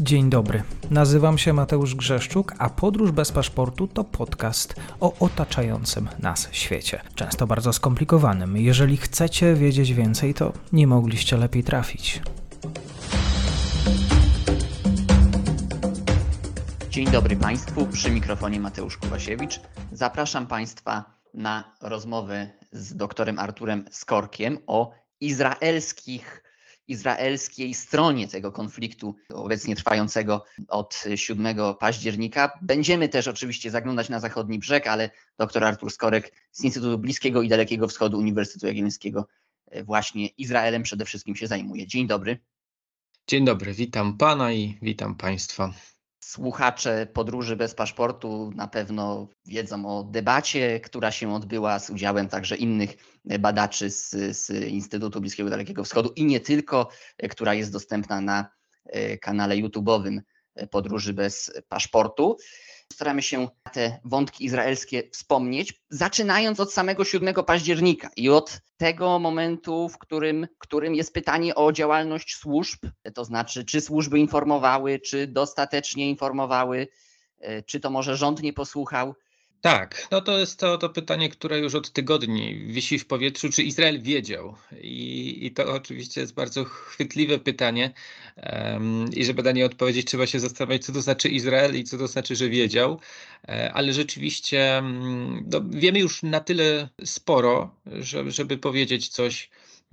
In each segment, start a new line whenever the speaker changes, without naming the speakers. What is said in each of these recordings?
Dzień dobry, nazywam się Mateusz Grzeszczuk, a Podróż bez paszportu to podcast o otaczającym nas świecie. Często bardzo skomplikowanym. Jeżeli chcecie wiedzieć więcej, to nie mogliście lepiej trafić.
Dzień dobry Państwu, przy mikrofonie Mateusz Kuwasiewicz. Zapraszam Państwa na rozmowę z doktorem Arturem Skorkiem o izraelskiej stronie tego konfliktu obecnie trwającego od 7 października. Będziemy też oczywiście zaglądać na zachodni brzeg, ale dr Artur Skorek z Instytutu Bliskiego i Dalekiego Wschodu Uniwersytetu Jagiellońskiego właśnie Izraelem przede wszystkim się zajmuje. Dzień dobry.
Dzień dobry, witam Pana i witam Państwa.
Słuchacze Podróży bez paszportu na pewno wiedzą o debacie, która się odbyła z udziałem także innych badaczy z Instytutu Bliskiego i Dalekiego Wschodu i nie tylko, która jest dostępna na kanale YouTube'owym Podróży bez paszportu. Staramy się te wątki izraelskie wspomnieć, zaczynając od samego 7 października i od tego momentu, w którym jest pytanie o działalność służb, to znaczy czy służby informowały, czy dostatecznie informowały, czy to może rząd nie posłuchał.
Tak, no to jest to pytanie, które już od tygodni wisi w powietrzu, czy Izrael wiedział? I to oczywiście jest bardzo chwytliwe pytanie. I żeby na nie odpowiedzieć, trzeba się zastanawiać, co to znaczy Izrael i co to znaczy, że wiedział. Ale rzeczywiście wiemy już na tyle sporo, żeby powiedzieć coś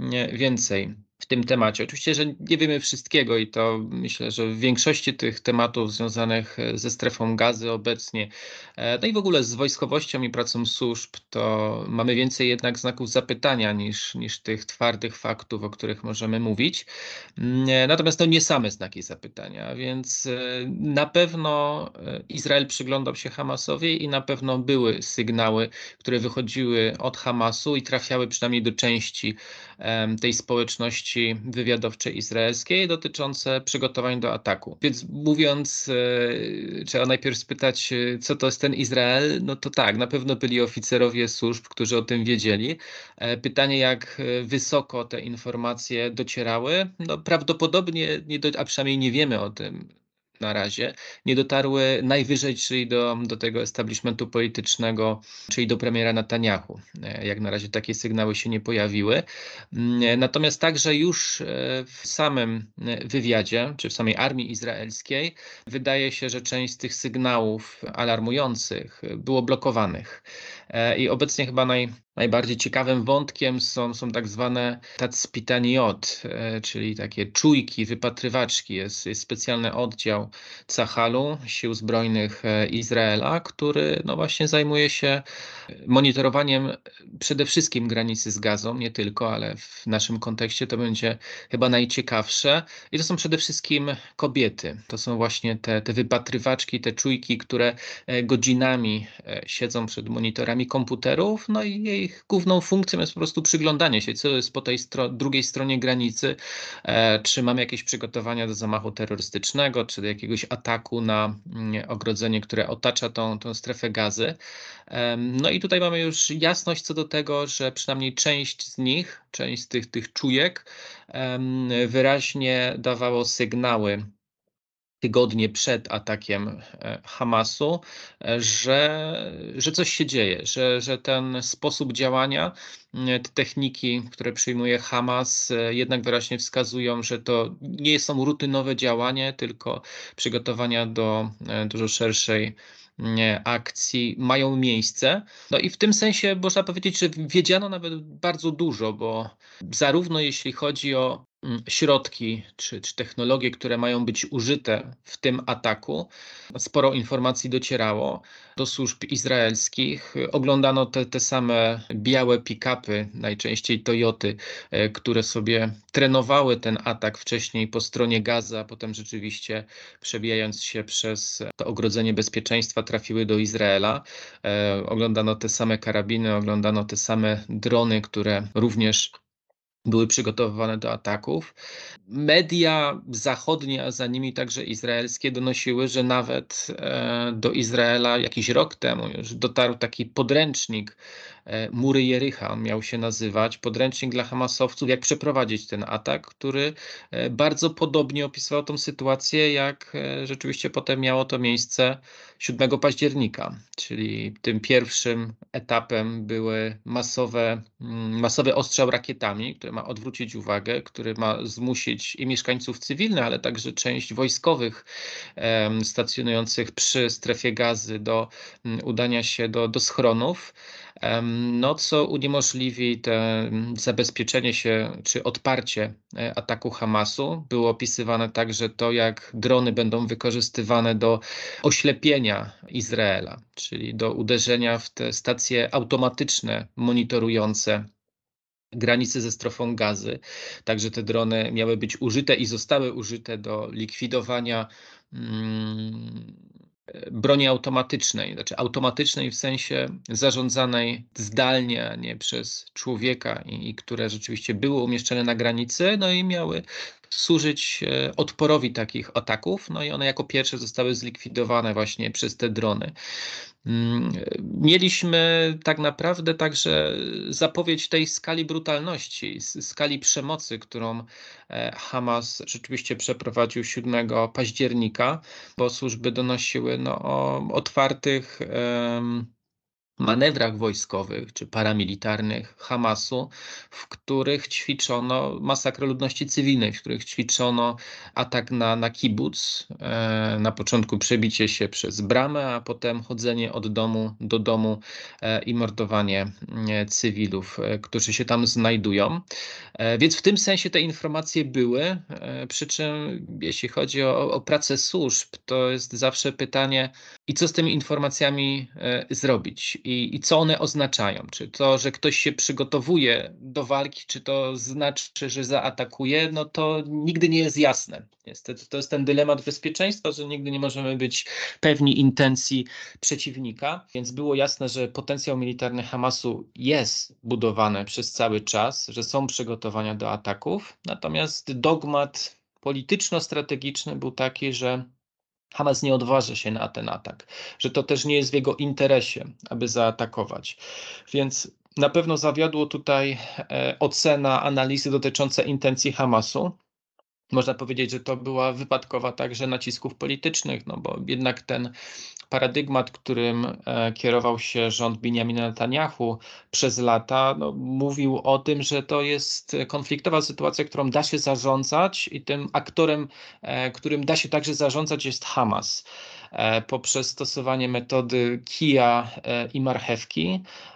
więcej w tym temacie. Oczywiście, że nie wiemy wszystkiego i to myślę, że w większości tych tematów związanych ze strefą gazy obecnie, no i w ogóle z wojskowością i pracą służb, to mamy więcej jednak znaków zapytania niż tych twardych faktów, o których możemy mówić. Natomiast to nie same znaki zapytania, więc na pewno Izrael przyglądał się Hamasowi i na pewno były sygnały, które wychodziły od Hamasu i trafiały przynajmniej do części tej społeczności wywiadowczej izraelskiej dotyczące przygotowań do ataku. Więc mówiąc, trzeba najpierw spytać, co to jest ten Izrael, no to tak, na pewno byli oficerowie służb, którzy o tym wiedzieli. Pytanie, jak wysoko te informacje docierały, no prawdopodobnie, a przynajmniej nie wiemy o tym na razie, nie dotarły najwyżej, czyli do tego establishmentu politycznego, czyli do premiera Netanyahu. Jak na razie takie sygnały się nie pojawiły. Natomiast także już w samym wywiadzie, czy w samej armii izraelskiej, wydaje się, że część z tych sygnałów alarmujących było blokowanych. I obecnie chyba najbardziej ciekawym wątkiem są tak zwane tacpitaniot, czyli takie czujki, wypatrywaczki. Jest specjalny oddział Cahalu, Sił Zbrojnych Izraela, który no właśnie zajmuje się monitorowaniem przede wszystkim granicy z Gazą, nie tylko, ale w naszym kontekście to będzie chyba najciekawsze. I to są przede wszystkim kobiety. To są właśnie te wypatrywaczki, te czujki, które godzinami siedzą przed monitorami komputerów, no i ich główną funkcją jest po prostu przyglądanie się, co jest po tej drugiej stronie granicy, czy mamy jakieś przygotowania do zamachu terrorystycznego, czy do jakiegoś ataku na ogrodzenie, które otacza tą strefę gazy. No i tutaj mamy już jasność co do tego, że przynajmniej część z tych czujek wyraźnie dawało sygnały tygodnie przed atakiem Hamasu, że coś się dzieje, że ten sposób działania, te techniki, które przyjmuje Hamas, jednak wyraźnie wskazują, że to nie są rutynowe działanie, tylko przygotowania do dużo szerszej akcji mają miejsce. No i w tym sensie można powiedzieć, że wiedziano nawet bardzo dużo, bo zarówno jeśli chodzi o środki czy technologie, które mają być użyte w tym ataku, sporo informacji docierało do służb izraelskich. Oglądano te same białe pick-upy, najczęściej Toyoty, które sobie trenowały ten atak wcześniej po stronie Gazy, a potem rzeczywiście przebijając się przez to ogrodzenie bezpieczeństwa trafiły do Izraela. Oglądano te same karabiny, oglądano te same drony, które również były przygotowywane do ataków. Media zachodnie, a za nimi także izraelskie, donosiły, że nawet do Izraela jakiś rok temu już dotarł taki podręcznik Mury Jericha, on miał się nazywać, podręcznik dla hamasowców, jak przeprowadzić ten atak, który bardzo podobnie opisywał tą sytuację, jak rzeczywiście potem miało to miejsce 7 października, czyli tym pierwszym etapem były masowy ostrzał rakietami, który ma odwrócić uwagę, który ma zmusić i mieszkańców cywilnych, ale także część wojskowych stacjonujących przy strefie Gazy do udania się do schronów, no co uniemożliwi te zabezpieczenie się czy odparcie ataku Hamasu. Było opisywane także to, jak drony będą wykorzystywane do oślepienia Izraela, czyli do uderzenia w te stacje automatyczne monitorujące granicy ze strefą Gazy. Także te drony miały być użyte i zostały użyte do likwidowania broni automatycznej, znaczy automatycznej w sensie zarządzanej zdalnie, a nie przez człowieka i które rzeczywiście były umieszczone na granicy, no i miały służyć odporowi takich ataków, no i one jako pierwsze zostały zlikwidowane właśnie przez te drony. Mieliśmy tak naprawdę także zapowiedź tej skali brutalności, skali przemocy, którą Hamas rzeczywiście przeprowadził 7 października, bo służby donosiły o otwartych manewrach wojskowych czy paramilitarnych Hamasu, w których ćwiczono masakrę ludności cywilnej, w których ćwiczono atak na kibuc, na początku przebicie się przez bramę, a potem chodzenie od domu do domu i mordowanie cywilów, którzy się tam znajdują. Więc w tym sensie te informacje były, przy czym jeśli chodzi o pracę służb, to jest zawsze pytanie, i co z tymi informacjami zrobić? I co one oznaczają? Czy to, że ktoś się przygotowuje do walki, czy to znaczy, że zaatakuje? No to nigdy nie jest jasne. Niestety to jest ten dylemat bezpieczeństwa, że nigdy nie możemy być pewni intencji przeciwnika. Więc było jasne, że potencjał militarny Hamasu jest budowany przez cały czas, że są przygotowania do ataków. Natomiast dogmat polityczno-strategiczny był taki, że Hamas nie odważy się na ten atak, że to też nie jest w jego interesie, aby zaatakować. Więc na pewno zawiodło tutaj ocena analizy dotycząca intencji Hamasu. Można powiedzieć, że to była wypadkowa także nacisków politycznych, no bo jednak ten paradygmat, którym kierował się rząd Benjamina Netanyahu przez lata, no, mówił o tym, że to jest konfliktowa sytuacja, którą da się zarządzać i tym aktorem, którym da się także zarządzać, jest Hamas. Poprzez stosowanie metody kija i marchewki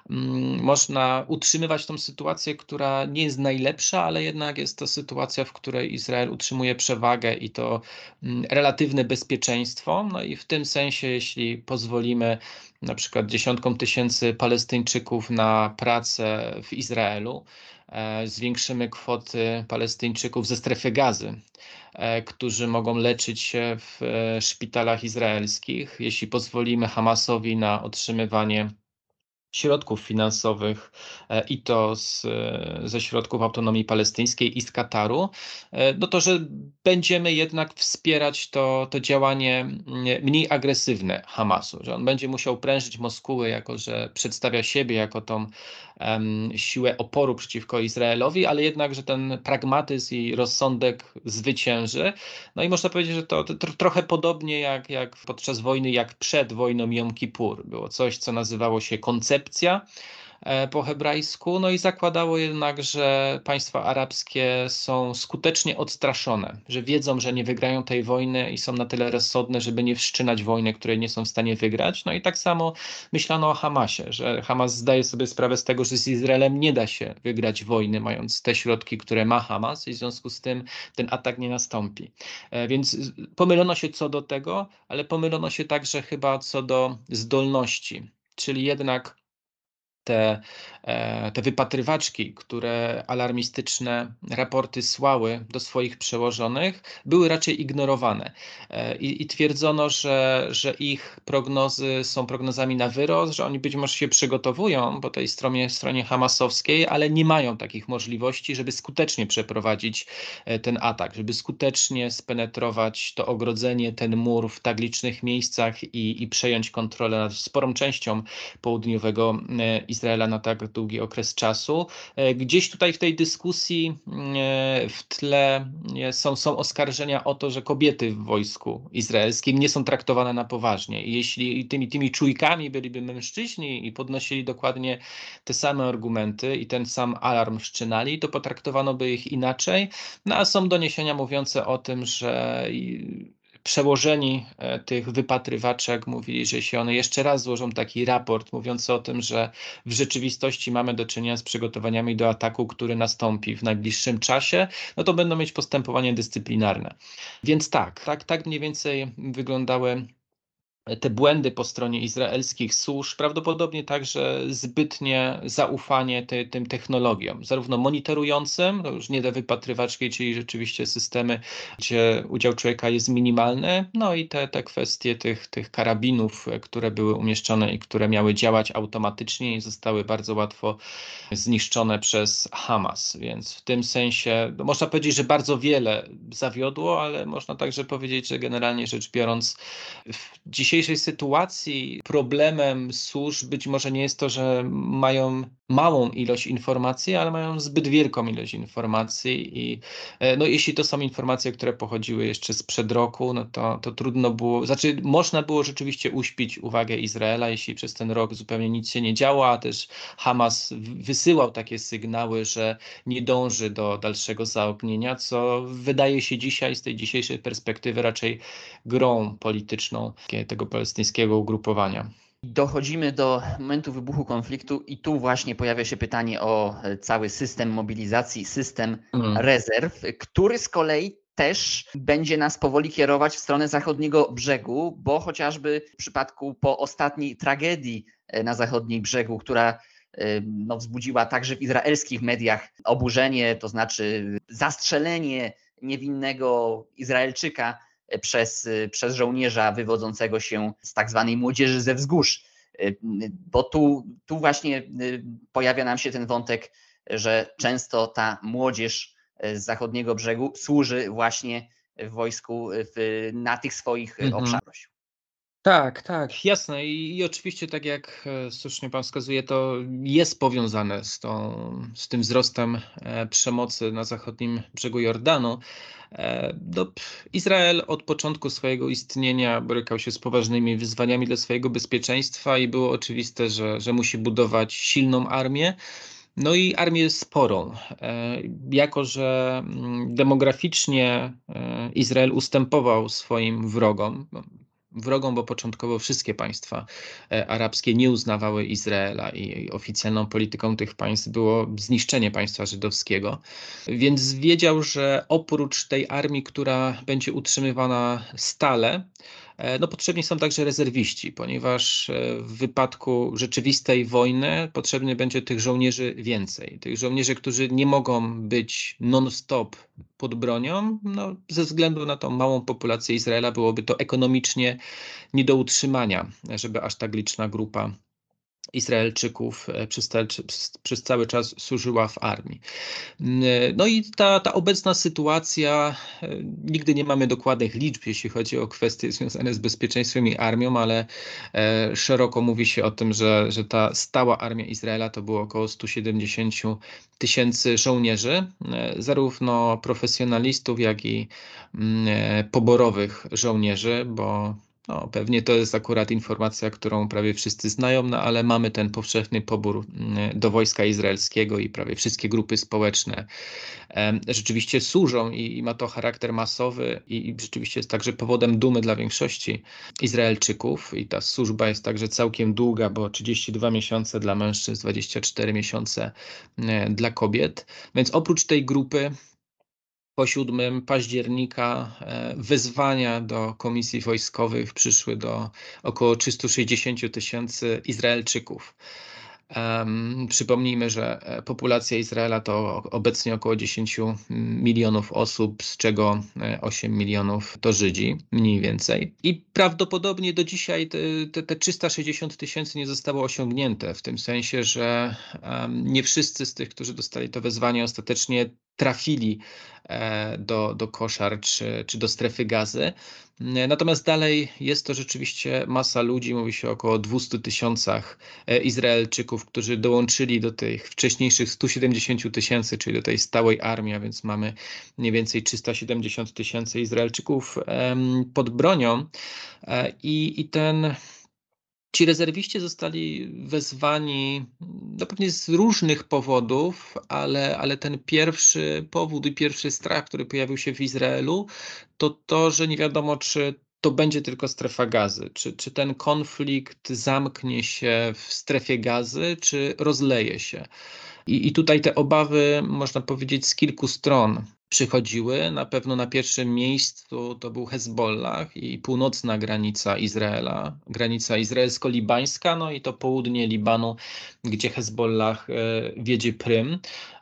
można utrzymywać tą sytuację, która nie jest najlepsza, ale jednak jest to sytuacja, w której Izrael utrzymuje przewagę i to relatywne bezpieczeństwo. No i w tym sensie, jeśli pozwolimy na przykład dziesiątkom tysięcy Palestyńczyków na pracę w Izraelu, zwiększymy kwoty Palestyńczyków ze strefy Gazy, którzy mogą leczyć się w szpitalach izraelskich, jeśli pozwolimy Hamasowi na otrzymywanie środków finansowych i to ze środków autonomii palestyńskiej i z Kataru, no to, że będziemy jednak wspierać to działanie mniej agresywne Hamasu, że on będzie musiał prężyć Moskuły, jako że przedstawia siebie jako tą siłę oporu przeciwko Izraelowi, ale jednak, że ten pragmatyzm i rozsądek zwycięży. No i można powiedzieć, że to trochę podobnie jak podczas wojny, jak przed wojną Jom Kippur. Było coś, co nazywało się koncepcja po hebrajsku, no i zakładało jednak, że państwa arabskie są skutecznie odstraszone, że wiedzą, że nie wygrają tej wojny i są na tyle rozsądne, żeby nie wszczynać wojny, której nie są w stanie wygrać. No i tak samo myślano o Hamasie, że Hamas zdaje sobie sprawę z tego, że z Izraelem nie da się wygrać wojny, mając te środki, które ma Hamas, i w związku z tym ten atak nie nastąpi. Więc pomylono się co do tego, ale pomylono się także chyba co do zdolności, czyli jednak te wypatrywaczki, które alarmistyczne raporty słały do swoich przełożonych, były raczej ignorowane. I twierdzono, że ich prognozy są prognozami na wyrost, że oni być może się przygotowują po tej stronie hamasowskiej, ale nie mają takich możliwości, żeby skutecznie przeprowadzić ten atak, żeby skutecznie spenetrować to ogrodzenie, ten mur w tak licznych miejscach i przejąć kontrolę nad sporą częścią południowego Izraela. Izraela na tak długi okres czasu. Gdzieś tutaj w tej dyskusji w tle są oskarżenia o to, że kobiety w wojsku izraelskim nie są traktowane na poważnie. I jeśli tymi czujkami byliby mężczyźni i podnosili dokładnie te same argumenty i ten sam alarm wszczynali, to potraktowano by ich inaczej. No a są doniesienia mówiące o tym, że przełożeni tych wypatrywaczek mówili, że jeśli one jeszcze raz złożą taki raport mówiący o tym, że w rzeczywistości mamy do czynienia z przygotowaniami do ataku, który nastąpi w najbliższym czasie, no to będą mieć postępowanie dyscyplinarne. Więc tak mniej więcej wyglądały te błędy po stronie izraelskich służb, prawdopodobnie także zbytnie zaufanie tym technologiom, zarówno monitorującym, to już nie te wypatrywaczki, czyli rzeczywiście systemy, gdzie udział człowieka jest minimalny, no i te kwestie tych karabinów, które były umieszczone i które miały działać automatycznie i zostały bardzo łatwo zniszczone przez Hamas, więc w tym sensie można powiedzieć, że bardzo wiele zawiodło, ale można także powiedzieć, że generalnie rzecz biorąc w dzisiejszej sytuacji problemem służb być może nie jest to, że mają małą ilość informacji, ale mają zbyt wielką ilość informacji i no, jeśli to są informacje, które pochodziły jeszcze sprzed roku, no to trudno było, znaczy można było rzeczywiście uśpić uwagę Izraela, jeśli przez ten rok zupełnie nic się nie działo, a też Hamas wysyłał takie sygnały, że nie dąży do dalszego zaognienia, co wydaje się dzisiaj z tej dzisiejszej perspektywy raczej grą polityczną tego palestyńskiego ugrupowania.
Dochodzimy do momentu wybuchu konfliktu i tu właśnie pojawia się pytanie o cały system mobilizacji, system rezerw, który z kolei też będzie nas powoli kierować w stronę zachodniego brzegu, bo chociażby w przypadku po ostatniej tragedii na zachodnim brzegu, która wzbudziła także w izraelskich mediach oburzenie, to znaczy zastrzelenie niewinnego Izraelczyka przez żołnierza wywodzącego się z tak zwanej młodzieży ze wzgórz. Bo tu właśnie pojawia nam się ten wątek, że często ta młodzież z zachodniego brzegu służy właśnie w wojsku na tych swoich obszarach.
Tak, jasne. I oczywiście, tak jak słusznie pan wskazuje, to jest powiązane z tym wzrostem przemocy na zachodnim brzegu Jordanu. Izrael od początku swojego istnienia borykał się z poważnymi wyzwaniami dla swojego bezpieczeństwa i było oczywiste, że musi budować silną armię. No i armię sporą. Jako że demograficznie Izrael ustępował swoim wrogom, bo początkowo wszystkie państwa arabskie nie uznawały Izraela i oficjalną polityką tych państw było zniszczenie państwa żydowskiego. Więc wiedział, że oprócz tej armii, która będzie utrzymywana stale, potrzebni są także rezerwiści, ponieważ w wypadku rzeczywistej wojny potrzebny będzie tych żołnierzy więcej. Tych żołnierzy, którzy nie mogą być non-stop pod bronią, ze względu na tą małą populację Izraela byłoby to ekonomicznie nie do utrzymania, żeby aż tak liczna grupa Izraelczyków przez cały czas służyła w armii. No i ta obecna sytuacja, nigdy nie mamy dokładnych liczb, jeśli chodzi o kwestie związane z bezpieczeństwem i armią, ale szeroko mówi się o tym, że ta stała armia Izraela to było około 170 000 żołnierzy, zarówno profesjonalistów, jak i poborowych żołnierzy, bo pewnie to jest akurat informacja, którą prawie wszyscy znają, ale mamy ten powszechny pobór do wojska izraelskiego i prawie wszystkie grupy społeczne rzeczywiście służą i ma to charakter masowy i rzeczywiście jest także powodem dumy dla większości Izraelczyków i ta służba jest także całkiem długa, bo 32 miesiące dla mężczyzn, 24 miesiące dla kobiet, więc oprócz tej grupy po 7 października wezwania do komisji wojskowych przyszły do około 360 000 Izraelczyków. Przypomnijmy, że populacja Izraela to obecnie około 10 milionów osób, z czego 8 milionów to Żydzi, mniej więcej. I prawdopodobnie do dzisiaj te 360 000 nie zostało osiągnięte, w tym sensie, że nie wszyscy z tych, którzy dostali to wezwanie, ostatecznie trafili do koszar czy do strefy Gazy. Natomiast dalej jest to rzeczywiście masa ludzi, mówi się o około 200 tysiącach Izraelczyków, którzy dołączyli do tych wcześniejszych 170 tysięcy, czyli do tej stałej armii, a więc mamy mniej więcej 370 tysięcy Izraelczyków pod bronią Ci rezerwiści zostali wezwani no pewnie z różnych powodów, ale ten pierwszy powód i pierwszy strach, który pojawił się w Izraelu, to, że nie wiadomo, czy to będzie tylko strefa Gazy, czy ten konflikt zamknie się w strefie Gazy, czy rozleje się. I tutaj te obawy, można powiedzieć, z kilku stron przychodziły. Na pewno na pierwszym miejscu to był Hezbollah i północna granica Izraela, granica izraelsko-libańska, no i to południe Libanu, gdzie Hezbollah wiedzie prym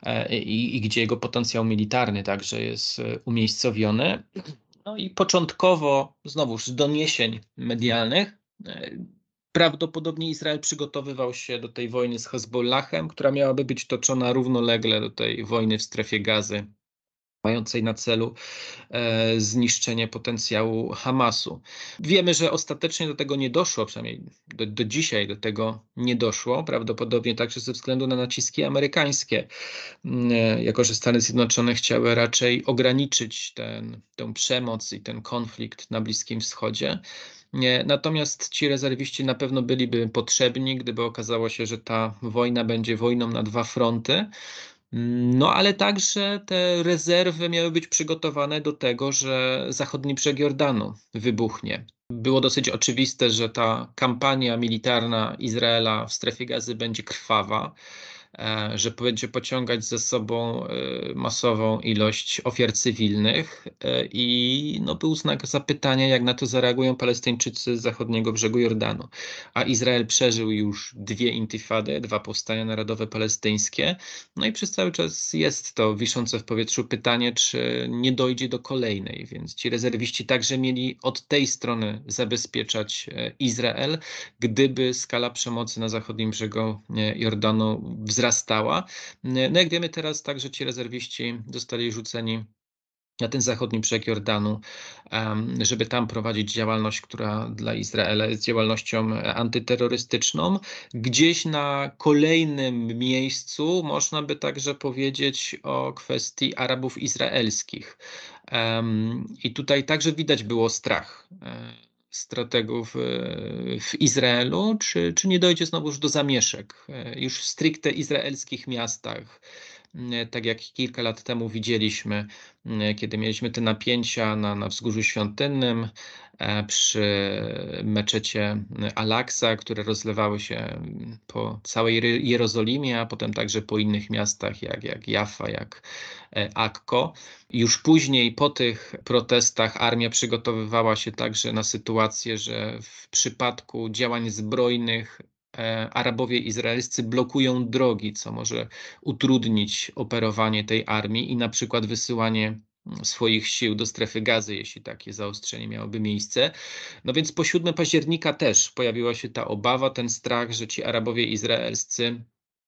i gdzie jego potencjał militarny także jest umiejscowiony. No i początkowo, znowuż z doniesień medialnych, prawdopodobnie Izrael przygotowywał się do tej wojny z Hezbollahem, która miałaby być toczona równolegle do tej wojny w strefie Gazy, mającej na celu zniszczenie potencjału Hamasu. Wiemy, że ostatecznie do tego nie doszło, przynajmniej do dzisiaj do tego nie doszło, prawdopodobnie także ze względu na naciski amerykańskie, jako że Stany Zjednoczone chciały raczej ograniczyć tę przemoc i ten konflikt na Bliskim Wschodzie. Natomiast ci rezerwiści na pewno byliby potrzebni, gdyby okazało się, że ta wojna będzie wojną na dwa fronty. No ale także te rezerwy miały być przygotowane do tego, że zachodni brzeg Jordanu wybuchnie. Było dosyć oczywiste, że ta kampania militarna Izraela w strefie Gazy będzie krwawa, że będzie pociągać ze sobą masową ilość ofiar cywilnych i no, był znak zapytania, jak na to zareagują Palestyńczycy z zachodniego brzegu Jordanu. A Izrael przeżył już 2 intifady, 2 powstania narodowe palestyńskie, no i przez cały czas jest to wiszące w powietrzu pytanie, czy nie dojdzie do kolejnej, więc ci rezerwiści także mieli od tej strony zabezpieczać Izrael, gdyby skala przemocy na zachodnim brzegu Jordanu wzrastała. No jak wiemy teraz także ci rezerwiści zostali rzuceni na ten zachodni brzeg Jordanu, żeby tam prowadzić działalność, która dla Izraela jest działalnością antyterrorystyczną. Gdzieś na kolejnym miejscu można by także powiedzieć o kwestii Arabów izraelskich. I tutaj także widać było strach strategów w Izraelu, czy nie dojdzie znowuż do zamieszek już w stricte izraelskich miastach, tak jak kilka lat temu widzieliśmy, kiedy mieliśmy te napięcia na Wzgórzu Świątynnym, przy meczecie Al-Aksa, które rozlewały się po całej Jerozolimie, a potem także po innych miastach jak Jaffa, jak Akko. Już później po tych protestach armia przygotowywała się także na sytuację, że w przypadku działań zbrojnych Arabowie izraelscy blokują drogi, co może utrudnić operowanie tej armii i na przykład wysyłanie swoich sił do strefy Gazy, jeśli takie zaostrzenie miałoby miejsce. No więc po 7 października też pojawiła się ta obawa, ten strach, że ci Arabowie izraelscy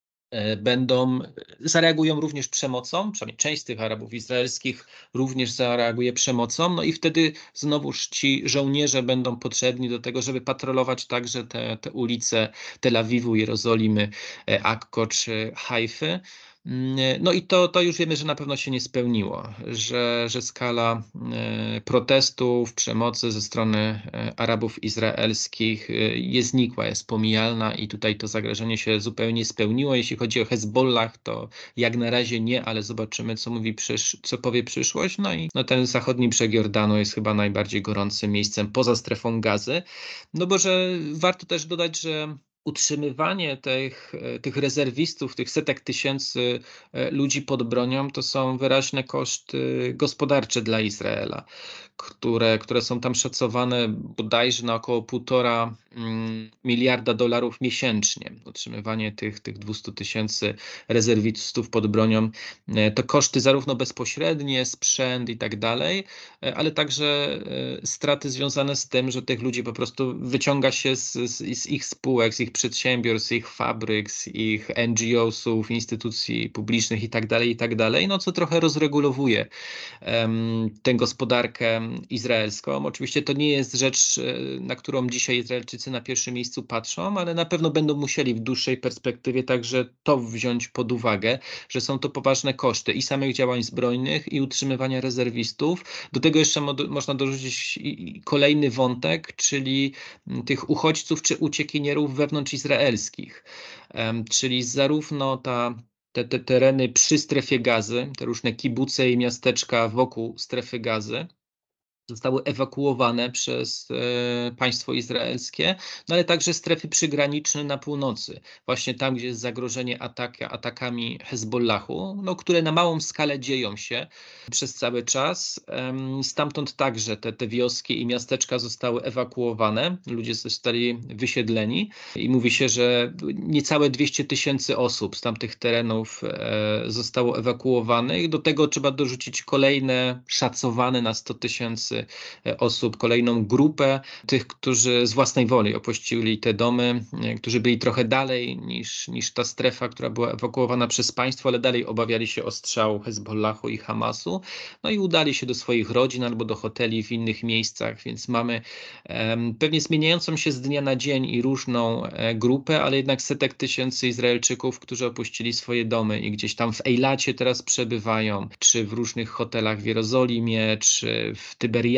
zareagują również przemocą, przynajmniej część z tych Arabów izraelskich również zareaguje przemocą, no i wtedy znowuż ci żołnierze będą potrzebni do tego, żeby patrolować także te ulice Tel Awiwu, Jerozolimy, Akko czy Hajfy. No i to już wiemy, że na pewno się nie spełniło, że skala protestów, przemocy ze strony Arabów izraelskich jest znikła, jest pomijalna i tutaj to zagrożenie się zupełnie spełniło. Jeśli chodzi o Hezbollah, to jak na razie nie, ale zobaczymy, co powie przyszłość. No i ten zachodni brzeg Jordanu jest chyba najbardziej gorącym miejscem poza strefą Gazy. No bo że warto też dodać, że utrzymywanie tych rezerwistów, tych setek tysięcy ludzi pod bronią, to są wyraźne koszty gospodarcze dla Izraela, które są tam szacowane bodajże na około $1,5 miliarda miesięcznie. Utrzymywanie tych 200 tysięcy rezerwistów pod bronią to koszty zarówno bezpośrednie, sprzęt i tak dalej, ale także straty związane z tym, że tych ludzi po prostu wyciąga się z ich spółek, z ich przedsiębiorstw, ich fabryk, ich NGO-sów, instytucji publicznych itd., no co trochę rozregulowuje tę gospodarkę izraelską. Oczywiście to nie jest rzecz, na którą dzisiaj Izraelczycy na pierwszym miejscu patrzą, ale na pewno będą musieli w dłuższej perspektywie także to wziąć pod uwagę, że są to poważne koszty i samych działań zbrojnych, i utrzymywania rezerwistów. Do tego jeszcze można dorzucić kolejny wątek, czyli tych uchodźców czy uciekinierów wewnątrzizraelskich, czyli zarówno te tereny przy strefie gazy, te różne kibuce i miasteczka wokół strefy gazy zostały ewakuowane przez państwo izraelskie, no ale także strefy przygraniczne na północy, właśnie tam, gdzie jest zagrożenie atakami Hezbollahu, no, które na małą skalę dzieją się przez cały czas. Stamtąd także te wioski i miasteczka zostały ewakuowane, ludzie zostali wysiedleni i mówi się, że niecałe 200 000 osób z tamtych terenów zostało ewakuowanych. Do tego trzeba dorzucić kolejne, szacowane na 100 000 osób, kolejną grupę tych, którzy z własnej woli opuścili te domy, którzy byli trochę dalej niż ta strefa, która była ewakuowana przez państwo, ale dalej obawiali się ostrzału Hezbollahu i Hamasu, no i udali się do swoich rodzin albo do hoteli w innych miejscach, więc mamy pewnie zmieniającą się z dnia na dzień i różną grupę, ale jednak setek tysięcy Izraelczyków, którzy opuścili swoje domy i gdzieś tam w Ejlacie teraz przebywają, czy w różnych hotelach w Jerozolimie, czy w Tyberiadzie.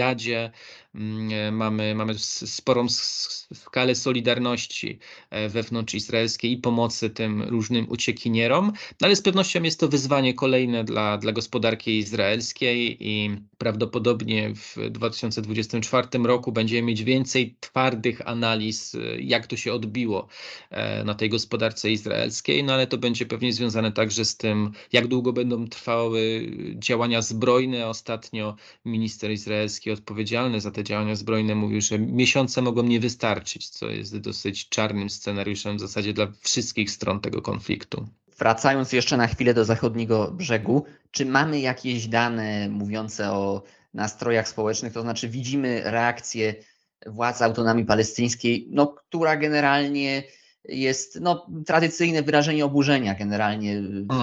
Mamy sporą skalę solidarności wewnątrzizraelskiej i pomocy tym różnym uciekinierom, no ale z pewnością jest to wyzwanie kolejne dla gospodarki izraelskiej i prawdopodobnie w 2024 roku będziemy mieć więcej twardych analiz, jak to się odbiło na tej gospodarce izraelskiej, no ale to będzie pewnie związane także z tym, jak długo będą trwały działania zbrojne. Ostatnio minister izraelski odpowiedzialny za te działania zbrojne mówił, że miesiące mogą nie wystarczyć, co jest dosyć czarnym scenariuszem w zasadzie dla wszystkich stron tego konfliktu.
Wracając jeszcze na chwilę do zachodniego brzegu, czy mamy jakieś dane mówiące o nastrojach społecznych, to znaczy widzimy reakcję władz autonomii palestyńskiej, no, która generalnie jest tradycyjne wyrażenie oburzenia, generalnie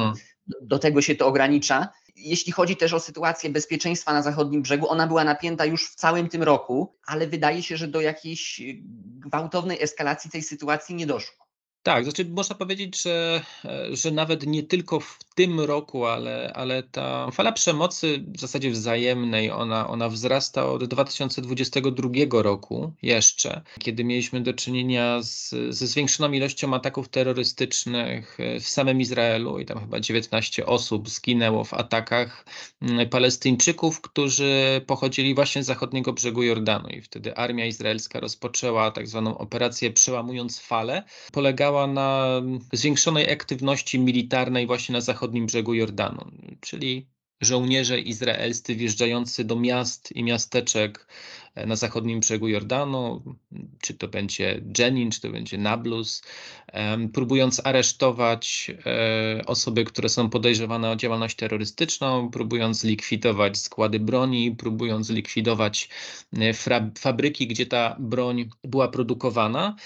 do tego się to ogranicza. Jeśli chodzi też o sytuację bezpieczeństwa na zachodnim brzegu, ona była napięta już w całym tym roku, ale wydaje się, że do jakiejś gwałtownej eskalacji tej sytuacji nie doszło.
Tak, znaczy można powiedzieć, że nawet nie tylko w tym roku, ale ta fala przemocy w zasadzie wzajemnej, ona wzrasta od 2022 roku jeszcze, kiedy mieliśmy do czynienia ze zwiększoną ilością ataków terrorystycznych w samym Izraelu i tam chyba 19 osób zginęło w atakach Palestyńczyków, którzy pochodzili właśnie z zachodniego brzegu Jordanu i wtedy armia izraelska rozpoczęła tak zwaną operację Przełamując Falę. Polegała na zwiększonej aktywności militarnej właśnie na zachodnim brzegu Jordanu, czyli żołnierze izraelscy wjeżdżający do miast i miasteczek na zachodnim brzegu Jordanu, czy to będzie Jenin, czy to będzie Nablus, próbując aresztować osoby, które są podejrzewane o działalność terrorystyczną, próbując likwidować składy broni, próbując likwidować fabryki, gdzie ta broń była produkowana.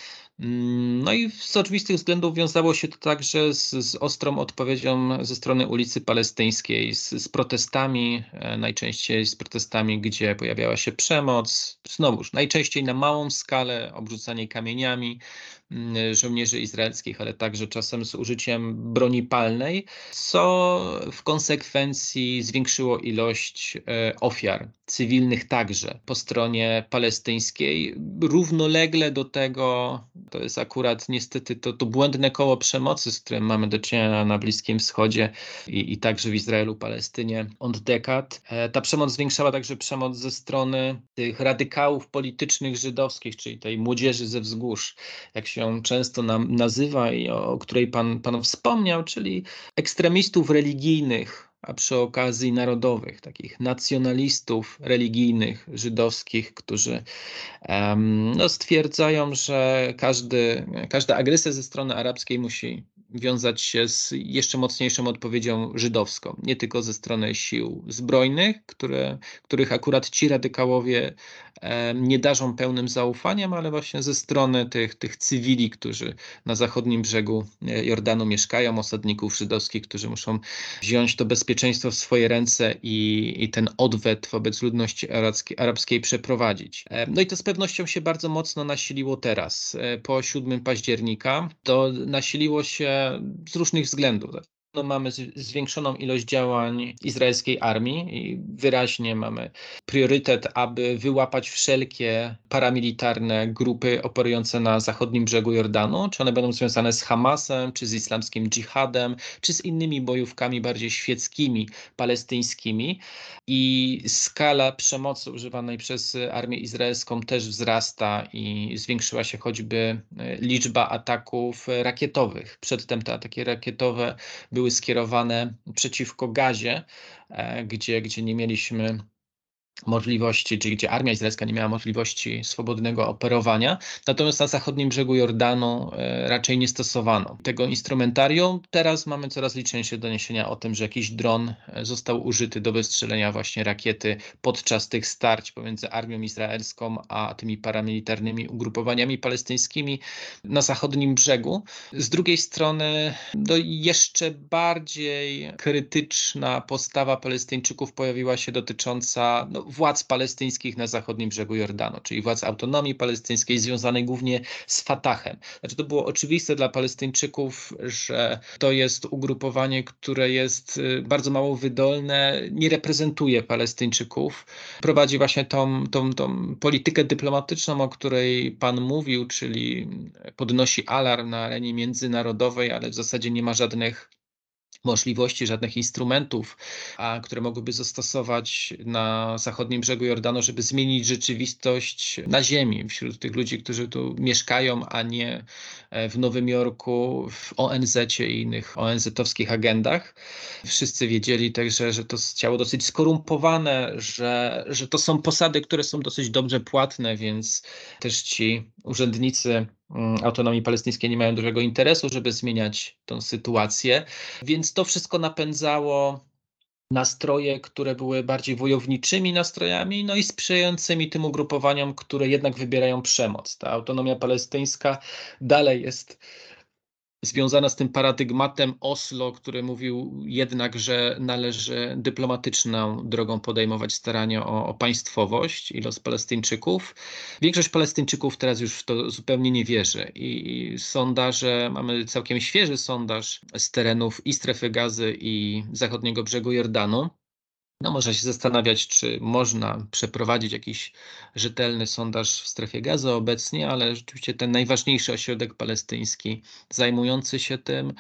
No i z oczywistych względów wiązało się to także z ostrą odpowiedzią ze strony ulicy Palestyńskiej, z protestami, najczęściej z protestami, gdzie pojawiała się przemoc, znowuż najczęściej na małą skalę, obrzucanie kamieniami żołnierzy izraelskich, ale także czasem z użyciem broni palnej, co w konsekwencji zwiększyło ilość ofiar cywilnych także po stronie palestyńskiej. Równolegle do tego, to jest akurat niestety to błędne koło przemocy, z którym mamy do czynienia na Bliskim Wschodzie i także w Izraelu, Palestynie od dekad. Ta przemoc zwiększała także przemoc ze strony tych radykałów politycznych żydowskich, czyli tej młodzieży ze wzgórz, jak się często nazywa i o której pan wspomniał, czyli ekstremistów religijnych, a przy okazji narodowych, takich nacjonalistów religijnych, żydowskich, którzy stwierdzają, że każda agresja ze strony arabskiej musi wiązać się z jeszcze mocniejszą odpowiedzią żydowską. Nie tylko ze strony sił zbrojnych, których akurat ci radykałowie nie darzą pełnym zaufaniem, ale właśnie ze strony tych cywili, którzy na zachodnim brzegu Jordanu mieszkają, osadników żydowskich, którzy muszą wziąć to bezpieczeństwo w swoje ręce i ten odwet wobec ludności arabskiej przeprowadzić. No i to z pewnością się bardzo mocno nasiliło teraz. Po 7 października to nasiliło się z różnych względów. No, mamy zwiększoną ilość działań izraelskiej armii i wyraźnie mamy priorytet, aby wyłapać wszelkie paramilitarne grupy operujące na zachodnim brzegu Jordanu, czy one będą związane z Hamasem, czy z islamskim dżihadem, czy z innymi bojówkami bardziej świeckimi, palestyńskimi. I skala przemocy używanej przez armię izraelską też wzrasta i zwiększyła się choćby liczba ataków rakietowych. Przedtem te ataki rakietowe były skierowane przeciwko Gazie, gdzie nie mieliśmy możliwości, czyli gdzie armia izraelska nie miała możliwości swobodnego operowania. Natomiast na zachodnim brzegu Jordanu raczej nie stosowano tego instrumentarium. Teraz mamy coraz liczniejsze doniesienia o tym, że jakiś dron został użyty do wystrzelenia właśnie rakiety podczas tych starć pomiędzy armią izraelską a tymi paramilitarnymi ugrupowaniami palestyńskimi na zachodnim brzegu. Z drugiej strony jeszcze bardziej krytyczna postawa Palestyńczyków pojawiła się dotycząca władz palestyńskich na zachodnim brzegu Jordanu, czyli władz autonomii palestyńskiej związanej głównie z Fatahem. Znaczy, to było oczywiste dla Palestyńczyków, że to jest ugrupowanie, które jest bardzo mało wydolne, nie reprezentuje Palestyńczyków, prowadzi właśnie tą politykę dyplomatyczną, o której Pan mówił, czyli podnosi alarm na arenie międzynarodowej, ale w zasadzie nie ma żadnych możliwości, żadnych instrumentów, które mogłyby zastosować na zachodnim brzegu Jordanu, żeby zmienić rzeczywistość na ziemi wśród tych ludzi, którzy tu mieszkają, a nie w Nowym Jorku, w ONZ-cie i innych ONZ-owskich agendach. Wszyscy wiedzieli także, że to ciało dosyć skorumpowane, że to są posady, które są dosyć dobrze płatne, więc też ci urzędnicy autonomii palestyńskiej nie mają dużego interesu, żeby zmieniać tę sytuację. Więc to wszystko napędzało nastroje, które były bardziej wojowniczymi nastrojami, no i sprzyjającymi tym ugrupowaniom, które jednak wybierają przemoc. Ta autonomia palestyńska dalej jest związana z tym paradygmatem Oslo, który mówił jednak, że należy dyplomatyczną drogą podejmować starania o państwowość i los Palestyńczyków. Większość Palestyńczyków teraz już w to zupełnie nie wierzy i sondaże, mamy całkiem świeży sondaż z terenów i Strefy Gazy i zachodniego brzegu Jordanu. No, można się zastanawiać, czy można przeprowadzić jakiś rzetelny sondaż w Strefie Gazy obecnie, ale rzeczywiście ten najważniejszy ośrodek palestyński zajmujący się tym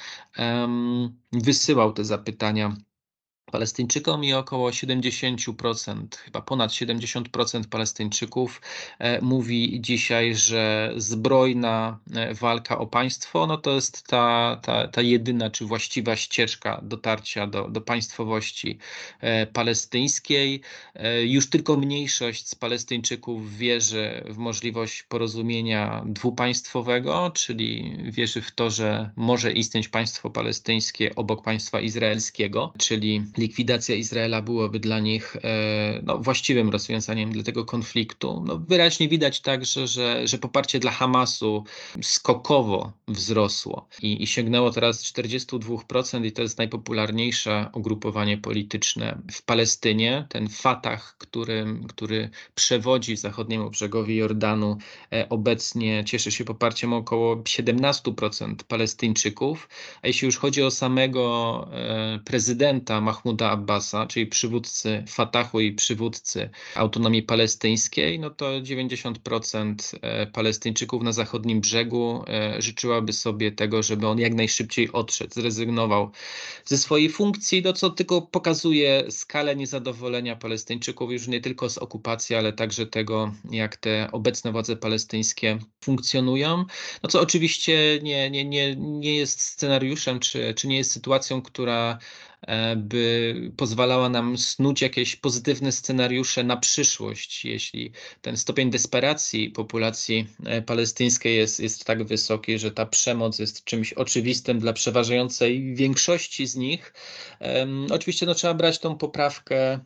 wysyłał te zapytania Palestyńczykom i około 70%, chyba ponad 70% Palestyńczyków mówi dzisiaj, że zbrojna walka o państwo, no to jest ta jedyna czy właściwa ścieżka dotarcia do państwowości palestyńskiej. Już tylko mniejszość z Palestyńczyków wierzy w możliwość porozumienia dwupaństwowego, czyli wierzy w to, że może istnieć państwo palestyńskie obok państwa izraelskiego, czyli likwidacja Izraela byłoby dla nich właściwym rozwiązaniem dla tego konfliktu. No, wyraźnie widać także, że poparcie dla Hamasu skokowo wzrosło i sięgnęło teraz 42% i to jest najpopularniejsze ugrupowanie polityczne w Palestynie. Ten Fatah, który przewodzi zachodniemu brzegowi Jordanu, obecnie cieszy się poparciem około 17% Palestyńczyków, a jeśli już chodzi o samego prezydenta Mahmouda Abbasa, czyli przywódcy Fatahu i przywódcy autonomii palestyńskiej, no to 90% Palestyńczyków na zachodnim brzegu życzyłaby sobie tego, żeby on jak najszybciej odszedł, zrezygnował ze swojej funkcji, no co tylko pokazuje skalę niezadowolenia Palestyńczyków już nie tylko z okupacji, ale także tego, jak te obecne władze palestyńskie funkcjonują. No co oczywiście nie jest scenariuszem, czy nie jest sytuacją, która by pozwalała nam snuć jakieś pozytywne scenariusze na przyszłość, jeśli ten stopień desperacji populacji palestyńskiej jest tak wysoki, że ta przemoc jest czymś oczywistym dla przeważającej większości z nich. Oczywiście trzeba brać tą poprawkę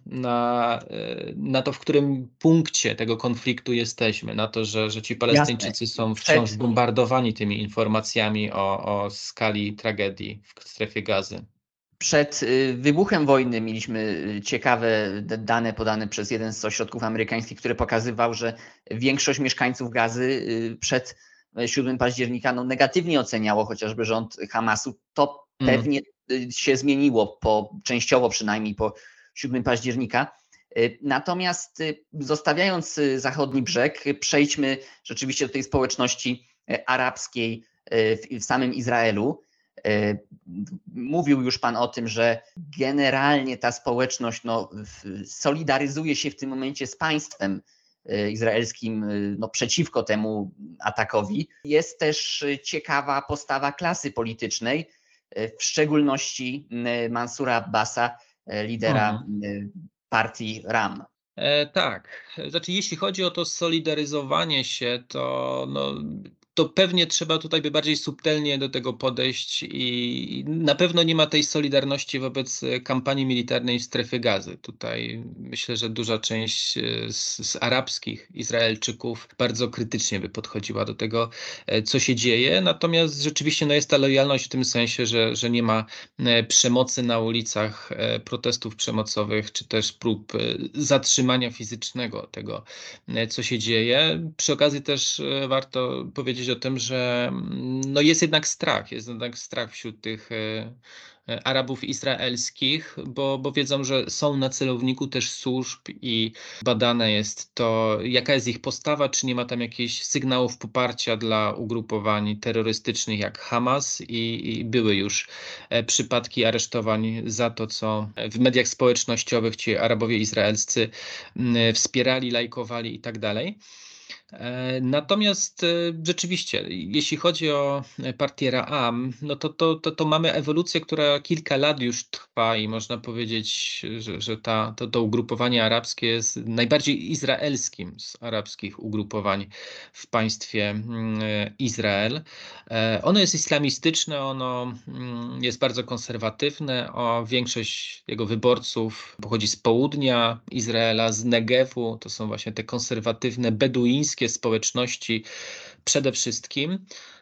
na to, w którym punkcie tego konfliktu jesteśmy, na to, że ci Palestyńczycy są wciąż bombardowani tymi informacjami o skali tragedii w strefie Gazy.
Przed wybuchem wojny mieliśmy ciekawe dane podane przez jeden z ośrodków amerykańskich, który pokazywał, że większość mieszkańców Gazy przed 7 października negatywnie oceniało chociażby rząd Hamasu. To pewnie się zmieniło, częściowo przynajmniej po 7 października. Natomiast zostawiając zachodni brzeg, przejdźmy rzeczywiście do tej społeczności arabskiej w samym Izraelu. Mówił już Pan o tym, że generalnie ta społeczność solidaryzuje się w tym momencie z państwem izraelskim przeciwko temu atakowi. Jest też ciekawa postawa klasy politycznej, w szczególności Mansura Abbasa, lidera partii RAM.
Tak, znaczy jeśli chodzi o to solidaryzowanie się, to pewnie trzeba tutaj by bardziej subtelnie do tego podejść i na pewno nie ma tej solidarności wobec kampanii militarnej w strefie Gazy. Tutaj myślę, że duża część z arabskich Izraelczyków bardzo krytycznie by podchodziła do tego, co się dzieje. Natomiast rzeczywiście jest ta lojalność w tym sensie, że nie ma przemocy na ulicach, protestów przemocowych, czy też prób zatrzymania fizycznego tego, co się dzieje. Przy okazji też warto powiedzieć o tym, że jest jednak strach wśród tych Arabów izraelskich, bo wiedzą, że są na celowniku też służb i badane jest to, jaka jest ich postawa, czy nie ma tam jakichś sygnałów poparcia dla ugrupowań terrorystycznych jak Hamas i były już przypadki aresztowań za to, co w mediach społecznościowych ci Arabowie izraelscy wspierali, lajkowali i tak dalej. Natomiast rzeczywiście, jeśli chodzi o partię Ra'am, to mamy ewolucję, która kilka lat już trwa i można powiedzieć, że to ugrupowanie arabskie jest najbardziej izraelskim z arabskich ugrupowań w państwie Izrael. Ono jest islamistyczne, ono jest bardzo konserwatywne, większość jego wyborców pochodzi z południa Izraela, z Negewu, to są właśnie te konserwatywne, beduińskie społeczności przede wszystkim.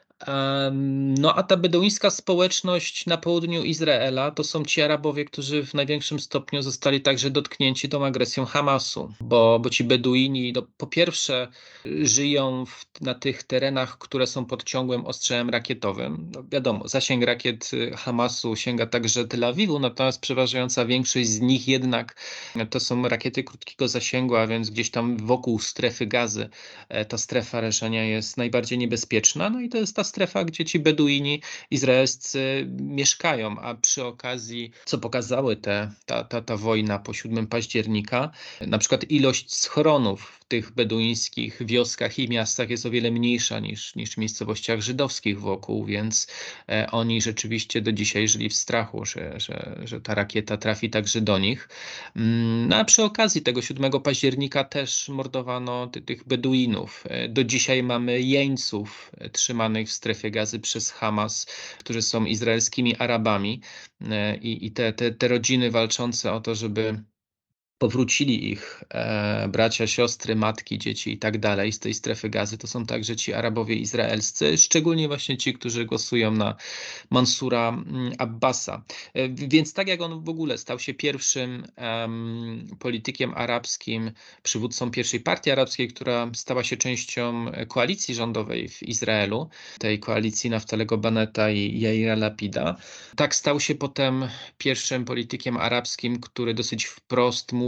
A ta beduińska społeczność na południu Izraela to są ci Arabowie, którzy w największym stopniu zostali także dotknięci tą agresją Hamasu, bo ci Beduini po pierwsze żyją na tych terenach, które są pod ciągłym ostrzałem rakietowym. Wiadomo, zasięg rakiet Hamasu sięga także Tel Awiwu, natomiast przeważająca większość z nich jednak to są rakiety krótkiego zasięgu, a więc gdzieś tam wokół strefy Gazy ta strefa rażenia jest najbardziej niebezpieczna. I to jest ta strefa, gdzie ci Beduini izraelscy mieszkają, a przy okazji, co pokazały ta wojna po 7 października, na przykład ilość schronów w tych beduińskich wioskach i miastach jest o wiele mniejsza niż w miejscowościach żydowskich wokół, więc oni rzeczywiście do dzisiaj żyli w strachu, że ta rakieta trafi także do nich. A przy okazji tego 7 października też mordowano tych Beduinów. Do dzisiaj mamy jeńców trzymanych w strefie Gazy przez Hamas, którzy są izraelskimi Arabami i te rodziny walczące o to, żeby powrócili ich bracia, siostry, matki, dzieci i tak dalej z tej strefy Gazy. To są także ci Arabowie izraelscy, szczególnie właśnie ci, którzy głosują na Mansura Abbasa. Więc tak jak on w ogóle stał się pierwszym politykiem arabskim, przywódcą pierwszej partii arabskiej, która stała się częścią koalicji rządowej w Izraelu, tej koalicji Naftalego Bennetta i Jaira Lapida. Tak stał się potem pierwszym politykiem arabskim, który dosyć wprost mówi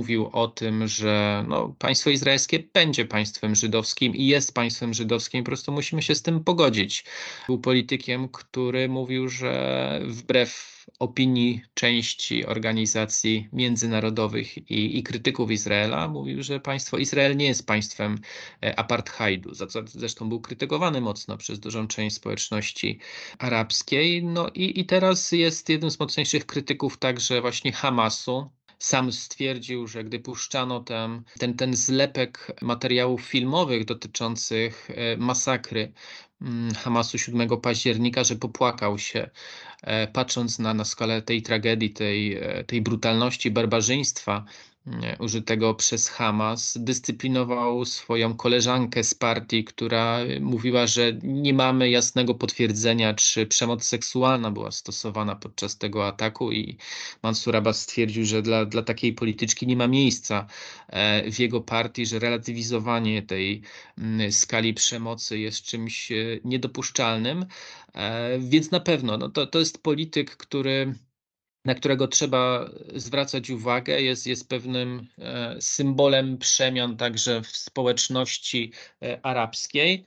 mówił o tym, że państwo izraelskie będzie państwem żydowskim i jest państwem żydowskim, po prostu musimy się z tym pogodzić. Był politykiem, który mówił, że wbrew opinii części organizacji międzynarodowych i krytyków Izraela, mówił, że państwo Izrael nie jest państwem apartheidu, za co zresztą był krytykowany mocno przez dużą część społeczności arabskiej. I teraz jest jednym z mocniejszych krytyków także właśnie Hamasu. Sam stwierdził, że gdy puszczano ten zlepek materiałów filmowych dotyczących masakry Hamasu 7 października, że popłakał się, patrząc na skalę tej tragedii, tej brutalności, barbarzyństwa użytego przez Hamas. Dyscyplinował swoją koleżankę z partii, która mówiła, że nie mamy jasnego potwierdzenia, czy przemoc seksualna była stosowana podczas tego ataku, i Mansur Abbas stwierdził, że dla takiej polityczki nie ma miejsca w jego partii, że relatywizowanie tej skali przemocy jest czymś niedopuszczalnym. Więc na pewno to jest polityk, na którego trzeba zwracać uwagę, jest pewnym symbolem przemian także w społeczności arabskiej.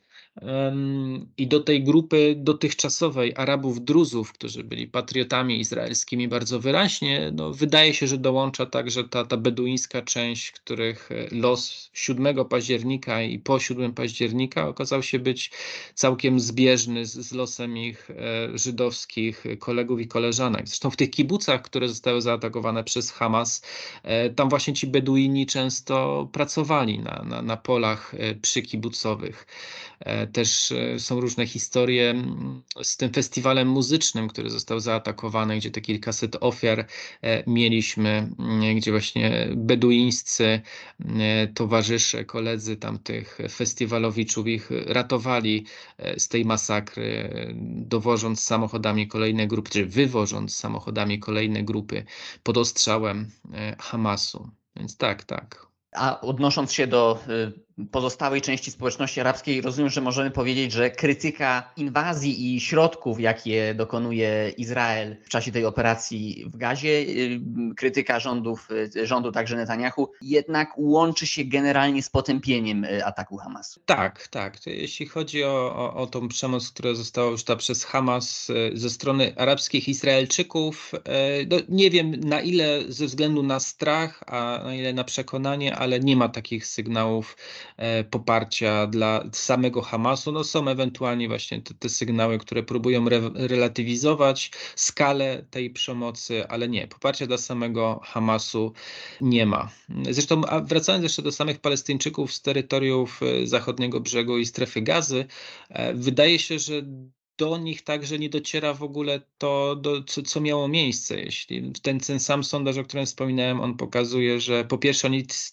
I do tej grupy dotychczasowej Arabów Druzów, którzy byli patriotami izraelskimi bardzo wyraźnie, wydaje się, że dołącza także ta beduińska część, których los 7 października i po 7 października okazał się być całkiem zbieżny z losem ich żydowskich kolegów i koleżanek. Zresztą w tych kibucach, które zostały zaatakowane przez Hamas, tam właśnie ci Beduini często pracowali na polach przykibucowych. Też są różne historie z tym festiwalem muzycznym, który został zaatakowany, gdzie te kilkaset ofiar mieliśmy, gdzie właśnie beduińscy towarzysze, koledzy tamtych festiwalowiczów ich ratowali z tej masakry, dowożąc samochodami kolejne grupy, czy wywożąc samochodami kolejne grupy pod ostrzałem Hamasu. Więc tak.
A odnosząc się do pozostałej części społeczności arabskiej, rozumiem, że możemy powiedzieć, że krytyka inwazji i środków, jakie dokonuje Izrael w czasie tej operacji w Gazie, krytyka rządu także Netanyahu, jednak łączy się generalnie z potępieniem ataku Hamasu.
Tak. Jeśli chodzi o tą przemoc, która została użyta przez Hamas ze strony arabskich Izraelczyków, nie wiem, na ile ze względu na strach, a na ile na przekonanie, ale nie ma takich sygnałów poparcia dla samego Hamasu. Są ewentualnie właśnie te sygnały, które próbują relatywizować skalę tej przemocy, ale nie, poparcia dla samego Hamasu nie ma. Zresztą, a wracając jeszcze do samych Palestyńczyków z terytoriów zachodniego brzegu i strefy Gazy, wydaje się, że do nich także nie dociera w ogóle to, co miało miejsce. Jeśli ten sam sondaż, o którym wspominałem, on pokazuje, że po pierwsze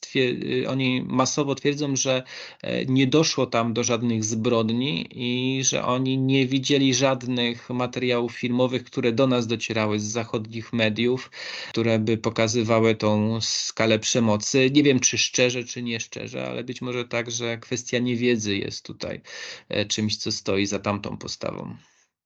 oni masowo twierdzą, że nie doszło tam do żadnych zbrodni i że oni nie widzieli żadnych materiałów filmowych, które do nas docierały z zachodnich mediów, które by pokazywały tą skalę przemocy. Nie wiem, czy szczerze, czy nie szczerze, ale być może tak, że kwestia niewiedzy jest tutaj czymś, co stoi za tamtą postawą.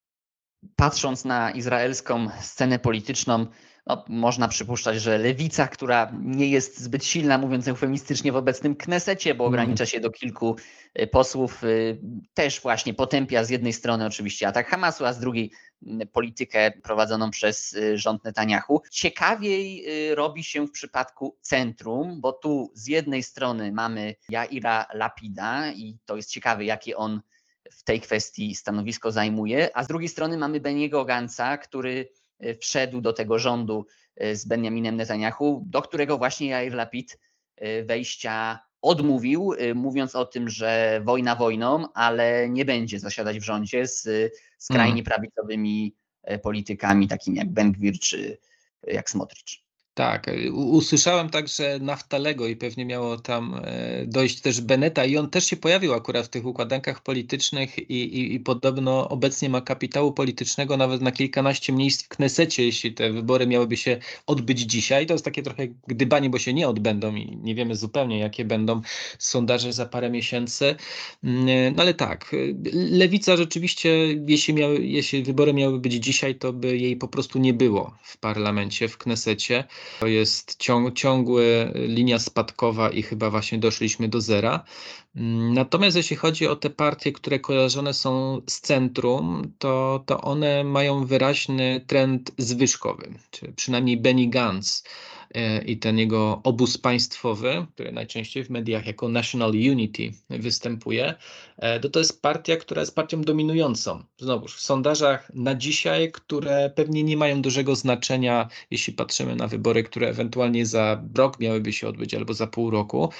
Patrząc na izraelską scenę polityczną, można przypuszczać, że lewica, która nie jest zbyt silna, mówiąc eufemistycznie, w obecnym Knesecie, bo ogranicza się do kilku posłów, też właśnie potępia z jednej strony oczywiście atak Hamasu, a z drugiej politykę prowadzoną przez rząd Netanyahu. Ciekawiej robi się w przypadku centrum, bo tu z jednej strony mamy Yaira Lapida i to jest ciekawe, jakie on w tej kwestii stanowisko zajmuje, a z drugiej strony mamy Beniego Gantza, który wszedł do tego rządu z Benjaminem Netanyahu, do którego właśnie Yair Lapid wejścia odmówił, mówiąc o tym, że wojna wojną, ale nie będzie zasiadać w rządzie z skrajnie prawicowymi politykami takimi jak Ben-Gvir czy jak Smotrich.
Tak, usłyszałem także Naftalego i pewnie miało tam dojść też Beneta i on też się pojawił akurat w tych układankach politycznych i podobno obecnie ma kapitału politycznego nawet na kilkanaście miejsc w Knesecie, jeśli te wybory miałyby się odbyć dzisiaj. To jest takie trochę gdybanie, bo się nie odbędą i nie wiemy zupełnie, jakie będą sondaże za parę miesięcy. No ale tak, lewica rzeczywiście, jeśli wybory miałyby być dzisiaj, to by jej po prostu nie było w parlamencie, w Knesecie. To jest ciągły linia spadkowa i chyba właśnie doszliśmy do zera. Natomiast jeśli chodzi o te partie, które kojarzone są z centrum, to one mają wyraźny trend zwyżkowy, czy przynajmniej Benny Gantz i ten jego obóz państwowy, który najczęściej w mediach jako National Unity występuje, to jest partia, która jest partią dominującą. Znowuż w sondażach na dzisiaj, które pewnie nie mają dużego znaczenia, jeśli patrzymy na wybory, które ewentualnie za rok miałyby się odbyć albo za pół roku,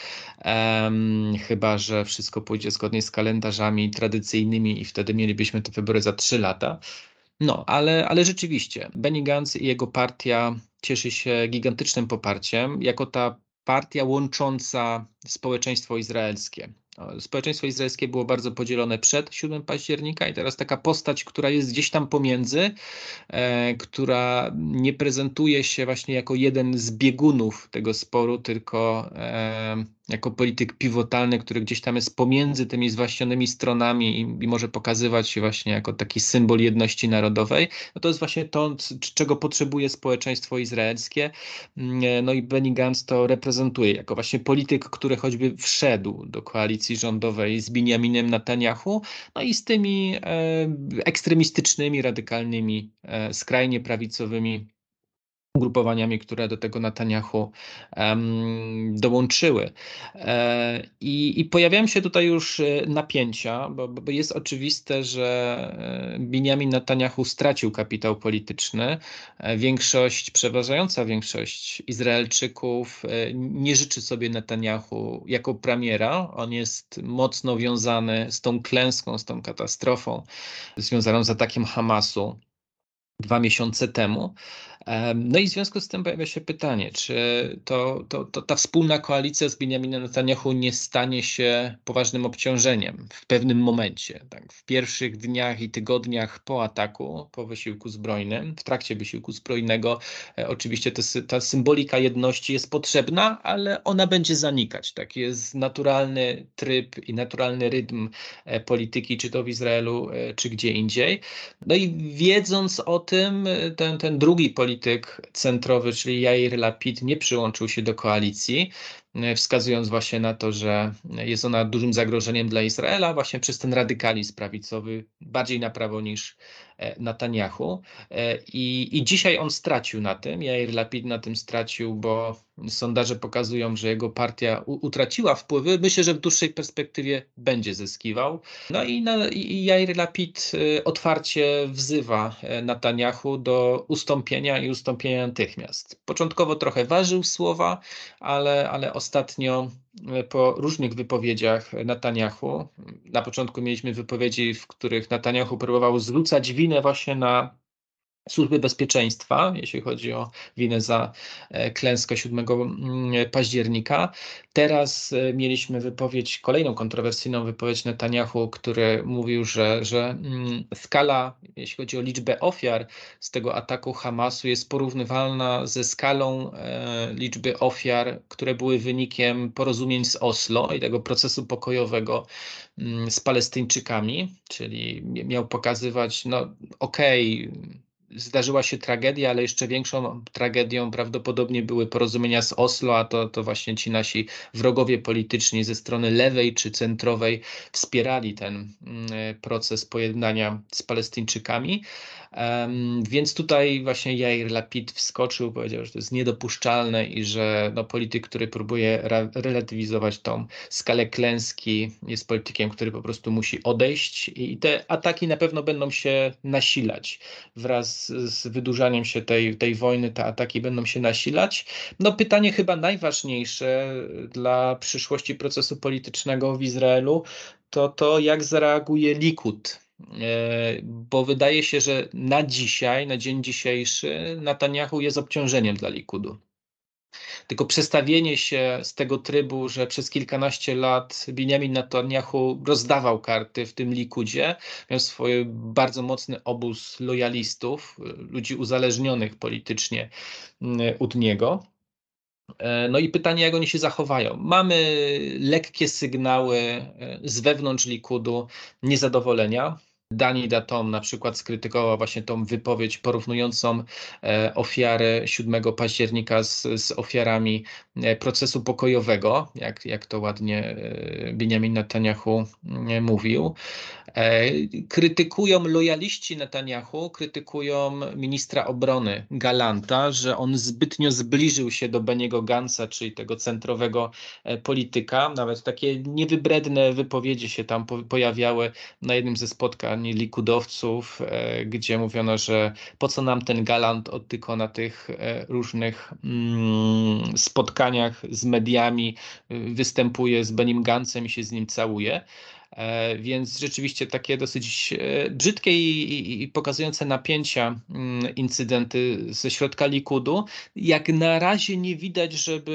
chyba że wszystko pójdzie zgodnie z kalendarzami tradycyjnymi i wtedy mielibyśmy te wybory za 3 lata. No, ale rzeczywiście Benny Gantz i jego partia cieszy się gigantycznym poparciem jako ta partia łącząca społeczeństwo izraelskie. Społeczeństwo izraelskie było bardzo podzielone przed 7 października i teraz taka postać, która jest gdzieś tam pomiędzy, która nie prezentuje się właśnie jako jeden z biegunów tego sporu, tylko jako polityk pivotalny, który gdzieś tam jest pomiędzy tymi zwaśnionymi stronami i może pokazywać się właśnie jako taki symbol jedności narodowej. No to jest właśnie to, czego potrzebuje społeczeństwo izraelskie. No i Benny Gantz to reprezentuje jako właśnie polityk, który choćby wszedł do koalicji rządowej z Binjaminem Netanyahu, no i z tymi ekstremistycznymi, radykalnymi, skrajnie prawicowymi ugrupowaniami, które do tego Netanyahu dołączyły. I pojawiają się tutaj już napięcia, bo jest oczywiste, że Binjamin Netanyahu stracił kapitał polityczny. Przeważająca większość Izraelczyków nie życzy sobie Netanyahu jako premiera. On jest mocno wiązany z tą klęską, z tą katastrofą związaną z atakiem Hamasu 2 miesiące temu. No i w związku z tym pojawia się pytanie, czy ta wspólna koalicja z Binjaminem Netanyahu nie stanie się poważnym obciążeniem w pewnym momencie, tak, w pierwszych dniach i tygodniach po ataku, po wysiłku zbrojnym, w trakcie wysiłku zbrojnego. Oczywiście ta symbolika jedności jest potrzebna, ale ona będzie zanikać. Taki jest naturalny tryb i naturalny rytm polityki, czy to w Izraelu, czy gdzie indziej. No i wiedząc o tym, ten drugi polityk centrowy, czyli Yair Lapid, nie przyłączył się do koalicji, wskazując właśnie na to, że jest ona dużym zagrożeniem dla Izraela właśnie przez ten radykalizm prawicowy, bardziej na prawo niż Netanyahu. I dzisiaj on stracił na tym, Yair Lapid na tym stracił, bo sondaże pokazują, że jego partia utraciła wpływy. Myślę, że w dłuższej perspektywie będzie zyskiwał. No i Yair Lapid otwarcie wzywa Netanyahu do ustąpienia i ustąpienia natychmiast. Początkowo trochę ważył słowa, ale ostatnio po różnych wypowiedziach Netanyahu, na początku mieliśmy wypowiedzi, w których Netanyahu próbował zrzucać winę właśnie na służby bezpieczeństwa, jeśli chodzi o winę za klęskę 7 października. Teraz mieliśmy kolejną kontrowersyjną wypowiedź Netanyahu, który mówił, że skala, jeśli chodzi o liczbę ofiar z tego ataku Hamasu, jest porównywalna ze skalą liczby ofiar, które były wynikiem porozumień z Oslo i tego procesu pokojowego z Palestyńczykami, czyli miał pokazywać, zdarzyła się tragedia, ale jeszcze większą tragedią prawdopodobnie były porozumienia z Oslo, a to właśnie ci nasi wrogowie polityczni ze strony lewej czy centrowej wspierali ten proces pojednania z Palestyńczykami. Więc tutaj właśnie Yair Lapid wskoczył, powiedział, że to jest niedopuszczalne i że polityk, który próbuje relatywizować tą skalę klęski, jest politykiem, który po prostu musi odejść i te ataki na pewno będą się nasilać. Wraz z wydłużaniem się tej wojny te ataki będą się nasilać. Pytanie chyba najważniejsze dla przyszłości procesu politycznego w Izraelu to jak zareaguje Likud. Bo wydaje się, że na dzień dzisiejszy Netanyahu jest obciążeniem dla Likudu. Tylko przestawienie się z tego trybu, że przez kilkanaście lat Binjamin Netanyahu rozdawał karty w tym Likudzie, miał swój bardzo mocny obóz lojalistów, ludzi uzależnionych politycznie od niego. No i pytanie, jak oni się zachowają. Mamy lekkie sygnały z wewnątrz Likudu niezadowolenia. Dani Daton na przykład skrytykowała właśnie tą wypowiedź porównującą ofiary 7 października z ofiarami procesu pokojowego, jak to ładnie Benjamin Netanyahu mówił. Krytykują lojaliści Netanyahu, krytykują ministra obrony Galanta, że on zbytnio zbliżył się do Beniego Gantza, czyli tego centrowego polityka. Nawet takie niewybredne wypowiedzi się tam pojawiały na jednym ze spotkań likudowców, gdzie mówiono, że po co nam ten Galant, tylko na tych różnych spotkaniach z mediami występuje z Benim Gantzem i się z nim całuje. Więc rzeczywiście takie dosyć brzydkie i pokazujące napięcia incydenty ze środka Likudu. Jak na razie nie widać,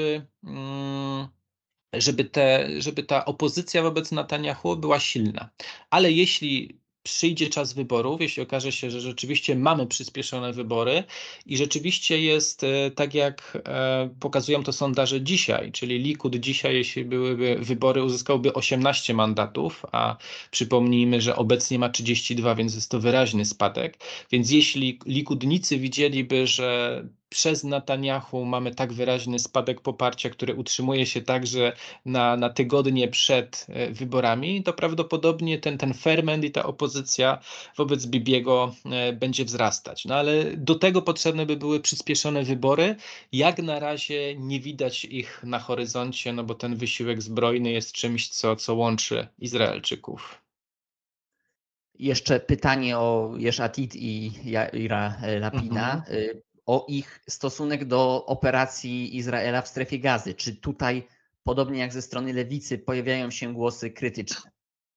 żeby ta opozycja wobec Netanyahu była silna. Ale jeśli przyjdzie czas wyborów, jeśli okaże się, że rzeczywiście mamy przyspieszone wybory i rzeczywiście jest tak, jak pokazują to sondaże dzisiaj, czyli Likud dzisiaj, jeśli byłyby wybory, uzyskałby 18 mandatów, a przypomnijmy, że obecnie ma 32, więc jest to wyraźny spadek. Więc jeśli Likudnicy widzieliby, że przez Netanyahu mamy tak wyraźny spadek poparcia, który utrzymuje się także na tygodnie przed wyborami, to prawdopodobnie ten ferment i ta opozycja wobec Bibiego będzie wzrastać. No ale do tego potrzebne by były przyspieszone wybory. Jak na razie nie widać ich na horyzoncie, no bo ten wysiłek zbrojny jest czymś, co łączy Izraelczyków.
Jeszcze pytanie o Yesh Atid i Jaira Lapida, o ich stosunek do operacji Izraela w strefie Gazy. Czy tutaj, podobnie jak ze strony lewicy, pojawiają się głosy krytyczne?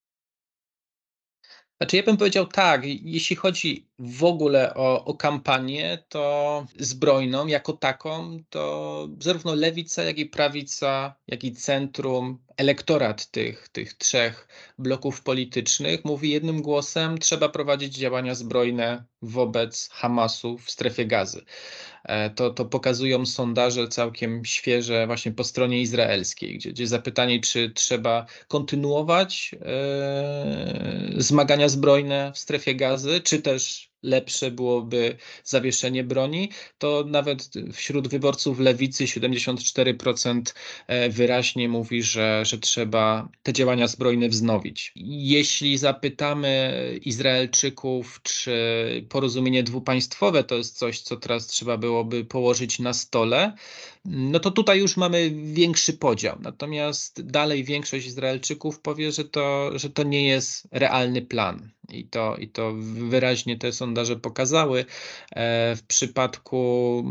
Znaczy ja bym powiedział tak, jeśli chodzi w ogóle o kampanię, to zbrojną jako taką, to zarówno lewica, jak i prawica, jak i centrum, elektorat tych trzech bloków politycznych mówi jednym głosem, trzeba prowadzić działania zbrojne wobec Hamasu w strefie Gazy. To pokazują sondaże całkiem świeże właśnie po stronie izraelskiej, gdzie zapytanie, czy trzeba kontynuować zmagania zbrojne w strefie Gazy, czy też lepsze byłoby zawieszenie broni, to nawet wśród wyborców lewicy 74% wyraźnie mówi, że trzeba te działania zbrojne wznowić. Jeśli zapytamy Izraelczyków, czy porozumienie dwupaństwowe to jest coś, co teraz trzeba byłoby położyć na stole, no to tutaj już mamy większy podział. Natomiast dalej większość Izraelczyków powie, że to nie jest realny plan. I to wyraźnie te sondaże pokazały. W przypadku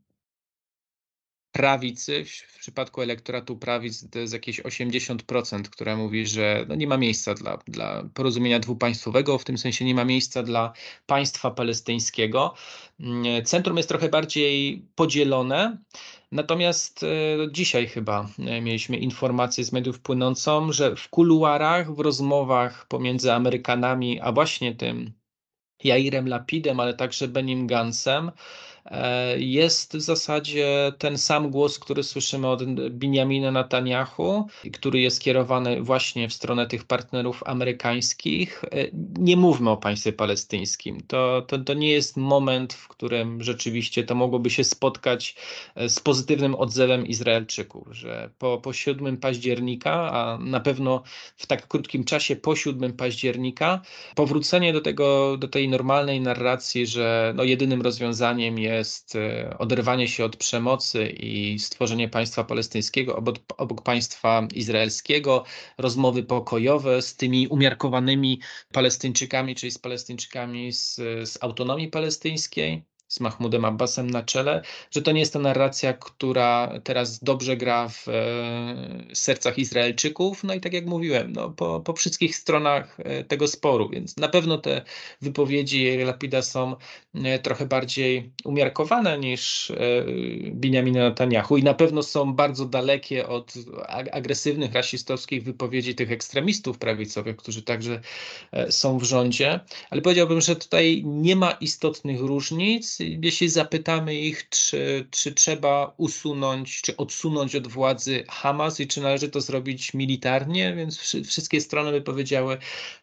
prawicy, w przypadku elektoratu prawicy to jest jakieś 80%, które mówi, że no nie ma miejsca dla porozumienia dwupaństwowego, w tym sensie nie ma miejsca dla państwa palestyńskiego. Centrum jest trochę bardziej podzielone. Natomiast dzisiaj chyba mieliśmy informację z mediów płynącą, że w kuluarach, w rozmowach pomiędzy Amerykanami, a właśnie tym Jairem Lapidem, ale także Benim Gantzem, jest w zasadzie ten sam głos, który słyszymy od Benjamina Netanyahu, który jest kierowany właśnie w stronę tych partnerów amerykańskich. Nie mówmy o państwie palestyńskim. To nie jest moment, w którym rzeczywiście to mogłoby się spotkać z pozytywnym odzewem Izraelczyków, że po 7 października, a na pewno w tak krótkim czasie po 7 października, powrócenie do tej normalnej narracji, że no jedynym rozwiązaniem jest oderwanie się od przemocy i stworzenie państwa palestyńskiego obok państwa izraelskiego, rozmowy pokojowe z tymi umiarkowanymi Palestyńczykami, czyli z Palestyńczykami z autonomii palestyńskiej, z Mahmudem Abbasem na czele, że to nie jest ta narracja, która teraz dobrze gra w sercach Izraelczyków. No i tak jak mówiłem, no po wszystkich stronach tego sporu, więc na pewno te wypowiedzi Lapida są trochę bardziej umiarkowane niż Benjamina Netanyahu i na pewno są bardzo dalekie od agresywnych, rasistowskich wypowiedzi tych ekstremistów prawicowych, którzy także są w rządzie, ale powiedziałbym, że tutaj nie ma istotnych różnic. Jeśli zapytamy ich, czy trzeba usunąć, czy odsunąć od władzy Hamas i czy należy to zrobić militarnie, więc wszystkie strony by powiedziały,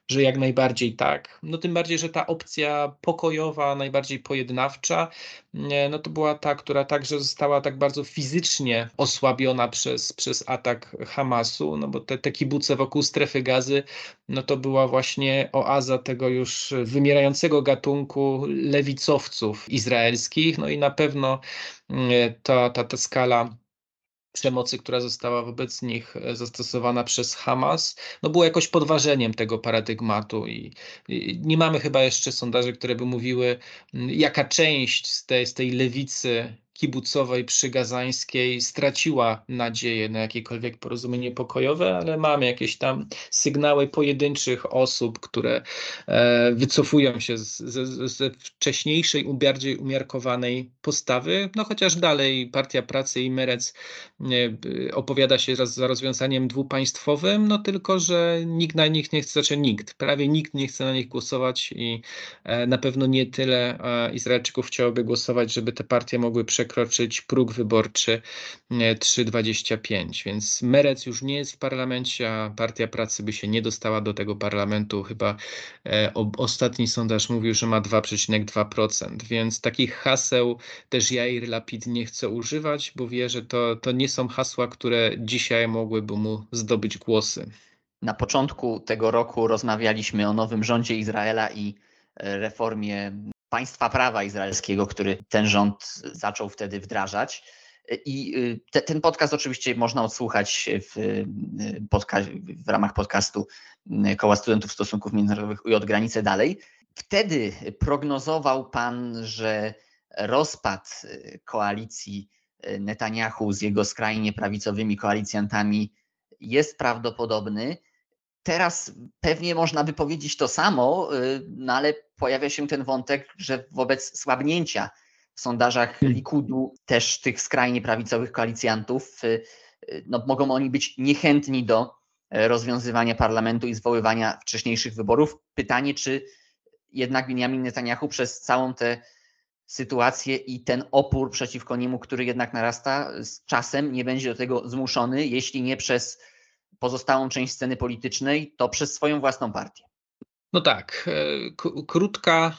że jak najbardziej tak. No tym bardziej, że ta opcja pokojowa, najbardziej pojednawcza, no to była ta, która także została tak bardzo fizycznie osłabiona przez atak Hamasu, no bo te kibuce wokół strefy Gazy, no to była właśnie oaza tego już wymierającego gatunku lewicowców izraelskich, no i na pewno ta skala przemocy, która została wobec nich zastosowana przez Hamas, no było jakoś podważeniem tego paradygmatu i nie mamy chyba jeszcze sondaży, które by mówiły, jaka część z tej lewicy kibucowej przygazańskiej straciła nadzieję na jakiekolwiek porozumienie pokojowe, ale mamy jakieś tam sygnały pojedynczych osób, które wycofują się ze wcześniejszej, bardziej umiarkowanej postawy, no chociaż dalej Partia Pracy i Merec opowiada się za rozwiązaniem dwupaństwowym, no tylko, że nikt na nich nie chce, prawie nikt nie chce na nich głosować i na pewno nie tyle Izraelczyków chciałoby głosować, żeby te partie mogły przekroczyć próg wyborczy 3,25, więc Merec już nie jest w parlamencie, a Partia Pracy by się nie dostała do tego parlamentu. Chyba ostatni sondaż mówił, że ma 2,2%, więc takich haseł też Jair Lapid nie chce używać, bo wie, że to nie są hasła, które dzisiaj mogłyby mu zdobyć głosy.
Na początku tego roku rozmawialiśmy o nowym rządzie Izraela i reformie państwa prawa izraelskiego, który ten rząd zaczął wtedy wdrażać. I ten podcast oczywiście można odsłuchać w ramach podcastu Koła Studentów Stosunków Międzynarodowych UJ Granice Dalej. Wtedy prognozował pan, że rozpad koalicji Netanyahu z jego skrajnie prawicowymi koalicjantami jest prawdopodobny. Teraz pewnie można by powiedzieć to samo, no ale pojawia się ten wątek, że wobec słabnięcia w sondażach Likudu też tych skrajnie prawicowych koalicjantów, no mogą oni być niechętni do rozwiązywania parlamentu i zwoływania wcześniejszych wyborów. Pytanie, czy jednak Benjamin Netanyahu przez całą tę sytuację i ten opór przeciwko niemu, który jednak narasta z czasem, nie będzie do tego zmuszony, jeśli nie przez pozostałą część sceny politycznej, to przez swoją własną partię.
No tak, krótka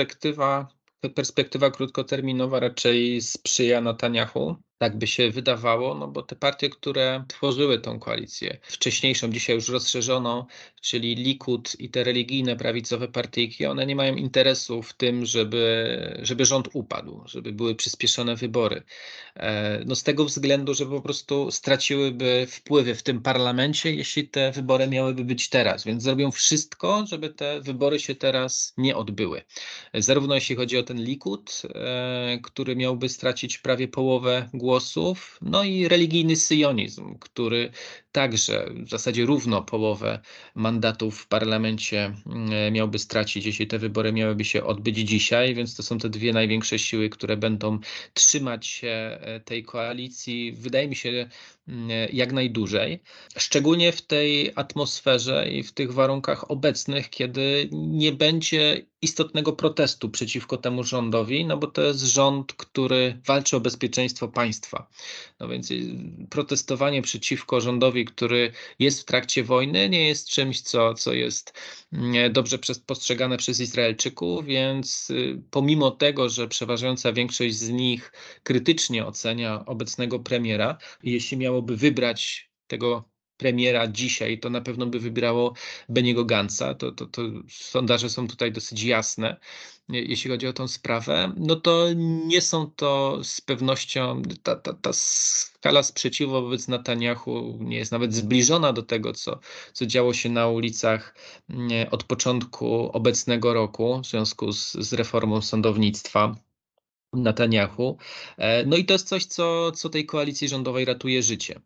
perspektywa krótkoterminowa raczej sprzyja Netanyahu. Tak by się wydawało, no bo te partie, które tworzyły tą koalicję wcześniejszą, dzisiaj już rozszerzoną, czyli Likud i te religijne prawicowe partyjki, one nie mają interesu w tym, żeby rząd upadł, żeby były przyspieszone wybory. No z tego względu, że po prostu straciłyby wpływy w tym parlamencie, jeśli te wybory miałyby być teraz, więc zrobią wszystko, żeby te wybory się teraz nie odbyły. Zarówno jeśli chodzi o ten Likud, który miałby stracić prawie połowę głosów, no i religijny syjonizm, który także w zasadzie równo połowę mandatów w parlamencie miałby stracić, jeśli te wybory miałyby się odbyć dzisiaj, więc to są te dwie największe siły, które będą trzymać się tej koalicji, wydaje mi się, jak najdłużej. Szczególnie w tej atmosferze i w tych warunkach obecnych, kiedy nie będzie istotnego protestu przeciwko temu rządowi, no bo to jest rząd, który walczy o bezpieczeństwo państwa. No więc protestowanie przeciwko rządowi, który jest w trakcie wojny, nie jest czymś, co jest dobrze postrzegane przez Izraelczyków, więc pomimo tego, że przeważająca większość z nich krytycznie ocenia obecnego premiera, jeśli miałoby wybrać tego premiera dzisiaj, to na pewno by wybrało Beniego Gantza. To sondaże są tutaj dosyć jasne, jeśli chodzi o tą sprawę. No to nie są to z pewnością, ta skala sprzeciwu wobec Netanyahu nie jest nawet zbliżona do tego, co działo się na ulicach od początku obecnego roku w związku z reformą sądownictwa Netanyahu. No i to jest coś, co tej koalicji rządowej ratuje życie.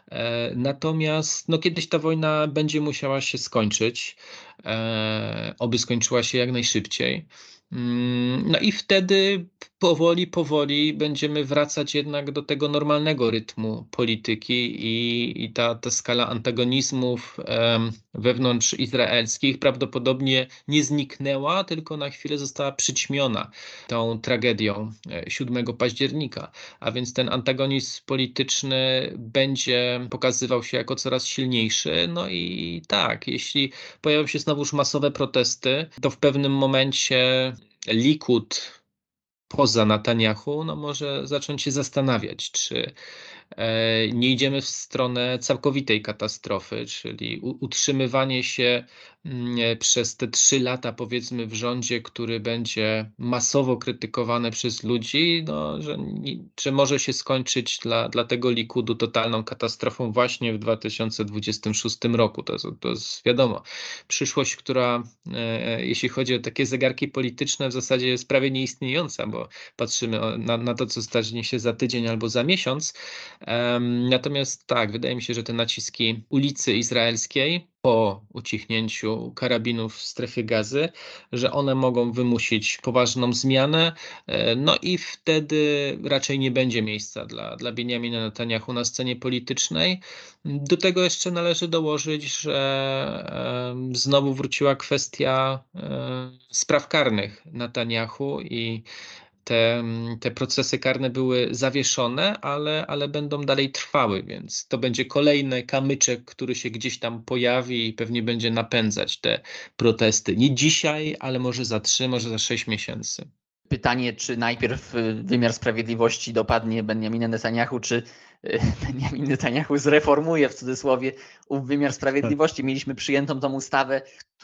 Natomiast no, kiedyś ta wojna będzie musiała się skończyć, oby skończyła się jak najszybciej. No i wtedy powoli będziemy wracać jednak do tego normalnego rytmu polityki i ta skala antagonizmów wewnątrz izraelskich prawdopodobnie nie zniknęła, tylko na chwilę została przyćmiona tą tragedią 7 października. A więc ten antagonizm polityczny będzie pokazywał się jako coraz silniejszy. No i tak, jeśli pojawią się znowuż masowe protesty, to w pewnym momencie Likud poza Netanyahu może zacząć się zastanawiać, czy nie idziemy w stronę całkowitej katastrofy, czyli utrzymywanie się przez te 3 lata powiedzmy w rządzie, który będzie masowo krytykowany przez ludzi, że może się skończyć dla tego Likudu totalną katastrofą właśnie w 2026 roku. To jest wiadomo, przyszłość, która jeśli chodzi o takie zegarki polityczne w zasadzie jest prawie nieistniejąca, bo patrzymy na to, co stanie się za tydzień albo za miesiąc. Natomiast tak, wydaje mi się, że te naciski ulicy izraelskiej po ucichnięciu karabinów w strefie Gazy, że one mogą wymusić poważną zmianę, no i wtedy raczej nie będzie miejsca dla Benjamina Netanyahu na scenie politycznej. Do tego jeszcze należy dołożyć, że znowu wróciła kwestia spraw karnych Netanyahu i te procesy karne były zawieszone, ale będą dalej trwały, więc to będzie kolejny kamyczek, który się gdzieś tam pojawi i pewnie będzie napędzać te protesty. Nie dzisiaj, ale może za 3, może za 6 miesięcy.
Pytanie, czy najpierw wymiar sprawiedliwości dopadnie Benjamina Netanyahu, czy Benjamin Netanyahu zreformuje w cudzysłowie wymiar sprawiedliwości. Mieliśmy przyjętą tą ustawę,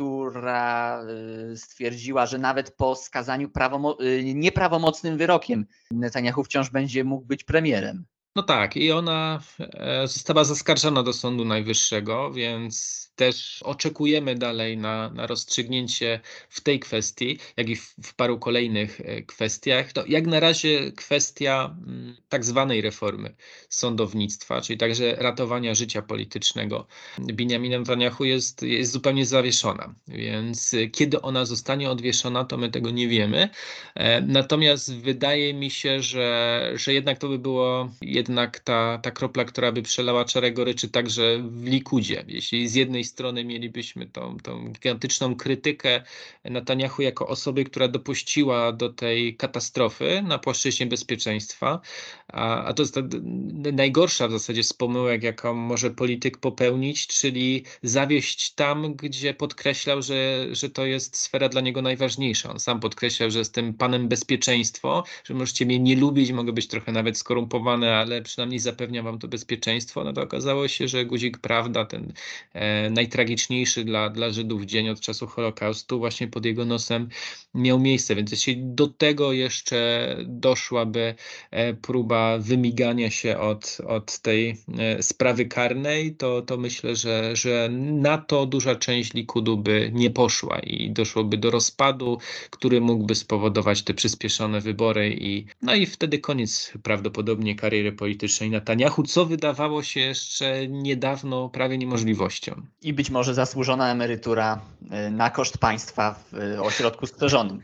która stwierdziła, że nawet po skazaniu nieprawomocnym wyrokiem Netanyahu wciąż będzie mógł być premierem.
No tak, i ona została zaskarżona do Sądu Najwyższego, więc też oczekujemy dalej na rozstrzygnięcie w tej kwestii, jak i w paru kolejnych kwestiach. To jak na razie kwestia tak zwanej reformy sądownictwa, czyli także ratowania życia politycznego Benjamina Netanyahu jest zupełnie zawieszona, więc kiedy ona zostanie odwieszona, to my tego nie wiemy. Natomiast wydaje mi się, że jednak to by było jednak ta kropla, która by przelała czarę goryczy także w Likudzie. Jeśli z jednej strony mielibyśmy tą gigantyczną krytykę Netanyahu jako osoby, która dopuściła do tej katastrofy na płaszczyźnie bezpieczeństwa, a to jest ta najgorsza w zasadzie z pomyłek, jaką może polityk popełnić, czyli zawieść tam, gdzie podkreślał, że to jest sfera dla niego najważniejsza. On sam podkreślał, że jestem panem bezpieczeństwo, że możecie mnie nie lubić, mogę być trochę nawet skorumpowany, ale przynajmniej zapewniam wam to bezpieczeństwo. No to okazało się, że guzik prawda, ten najtragiczniejszy dla Żydów dzień od czasu Holokaustu właśnie pod jego nosem miał miejsce. Więc jeśli do tego jeszcze doszłaby próba wymigania się od tej sprawy karnej, to myślę, że na to duża część Likudu by nie poszła i doszłoby do rozpadu, który mógłby spowodować te przyspieszone wybory i wtedy koniec prawdopodobnie kariery politycznej Netanyahu, co wydawało się jeszcze niedawno prawie niemożliwością.
I być może zasłużona emerytura na koszt państwa w ośrodku strzeżonym.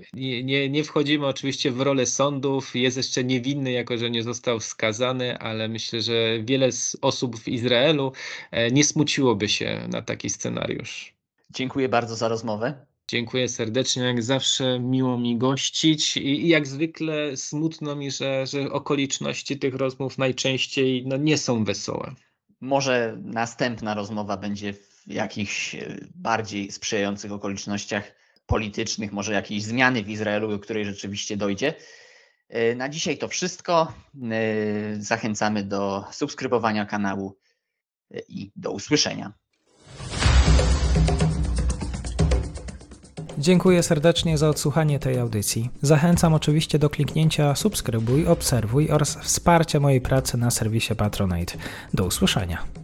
Nie wchodzimy oczywiście w rolę sądów, jest jeszcze niewinny, jako że nie został skazany, ale myślę, że wiele osób w Izraelu nie smuciłoby się na taki scenariusz.
Dziękuję bardzo za rozmowę.
Dziękuję serdecznie, jak zawsze miło mi gościć i jak zwykle smutno mi, że okoliczności tych rozmów najczęściej nie są wesołe.
Może następna rozmowa będzie w jakichś bardziej sprzyjających okolicznościach politycznych, może jakiejś zmiany w Izraelu, do której rzeczywiście dojdzie. Na dzisiaj to wszystko. Zachęcamy do subskrybowania kanału i do usłyszenia.
Dziękuję serdecznie za odsłuchanie tej audycji. Zachęcam oczywiście do kliknięcia subskrybuj, obserwuj oraz wsparcia mojej pracy na serwisie Patronite. Do usłyszenia.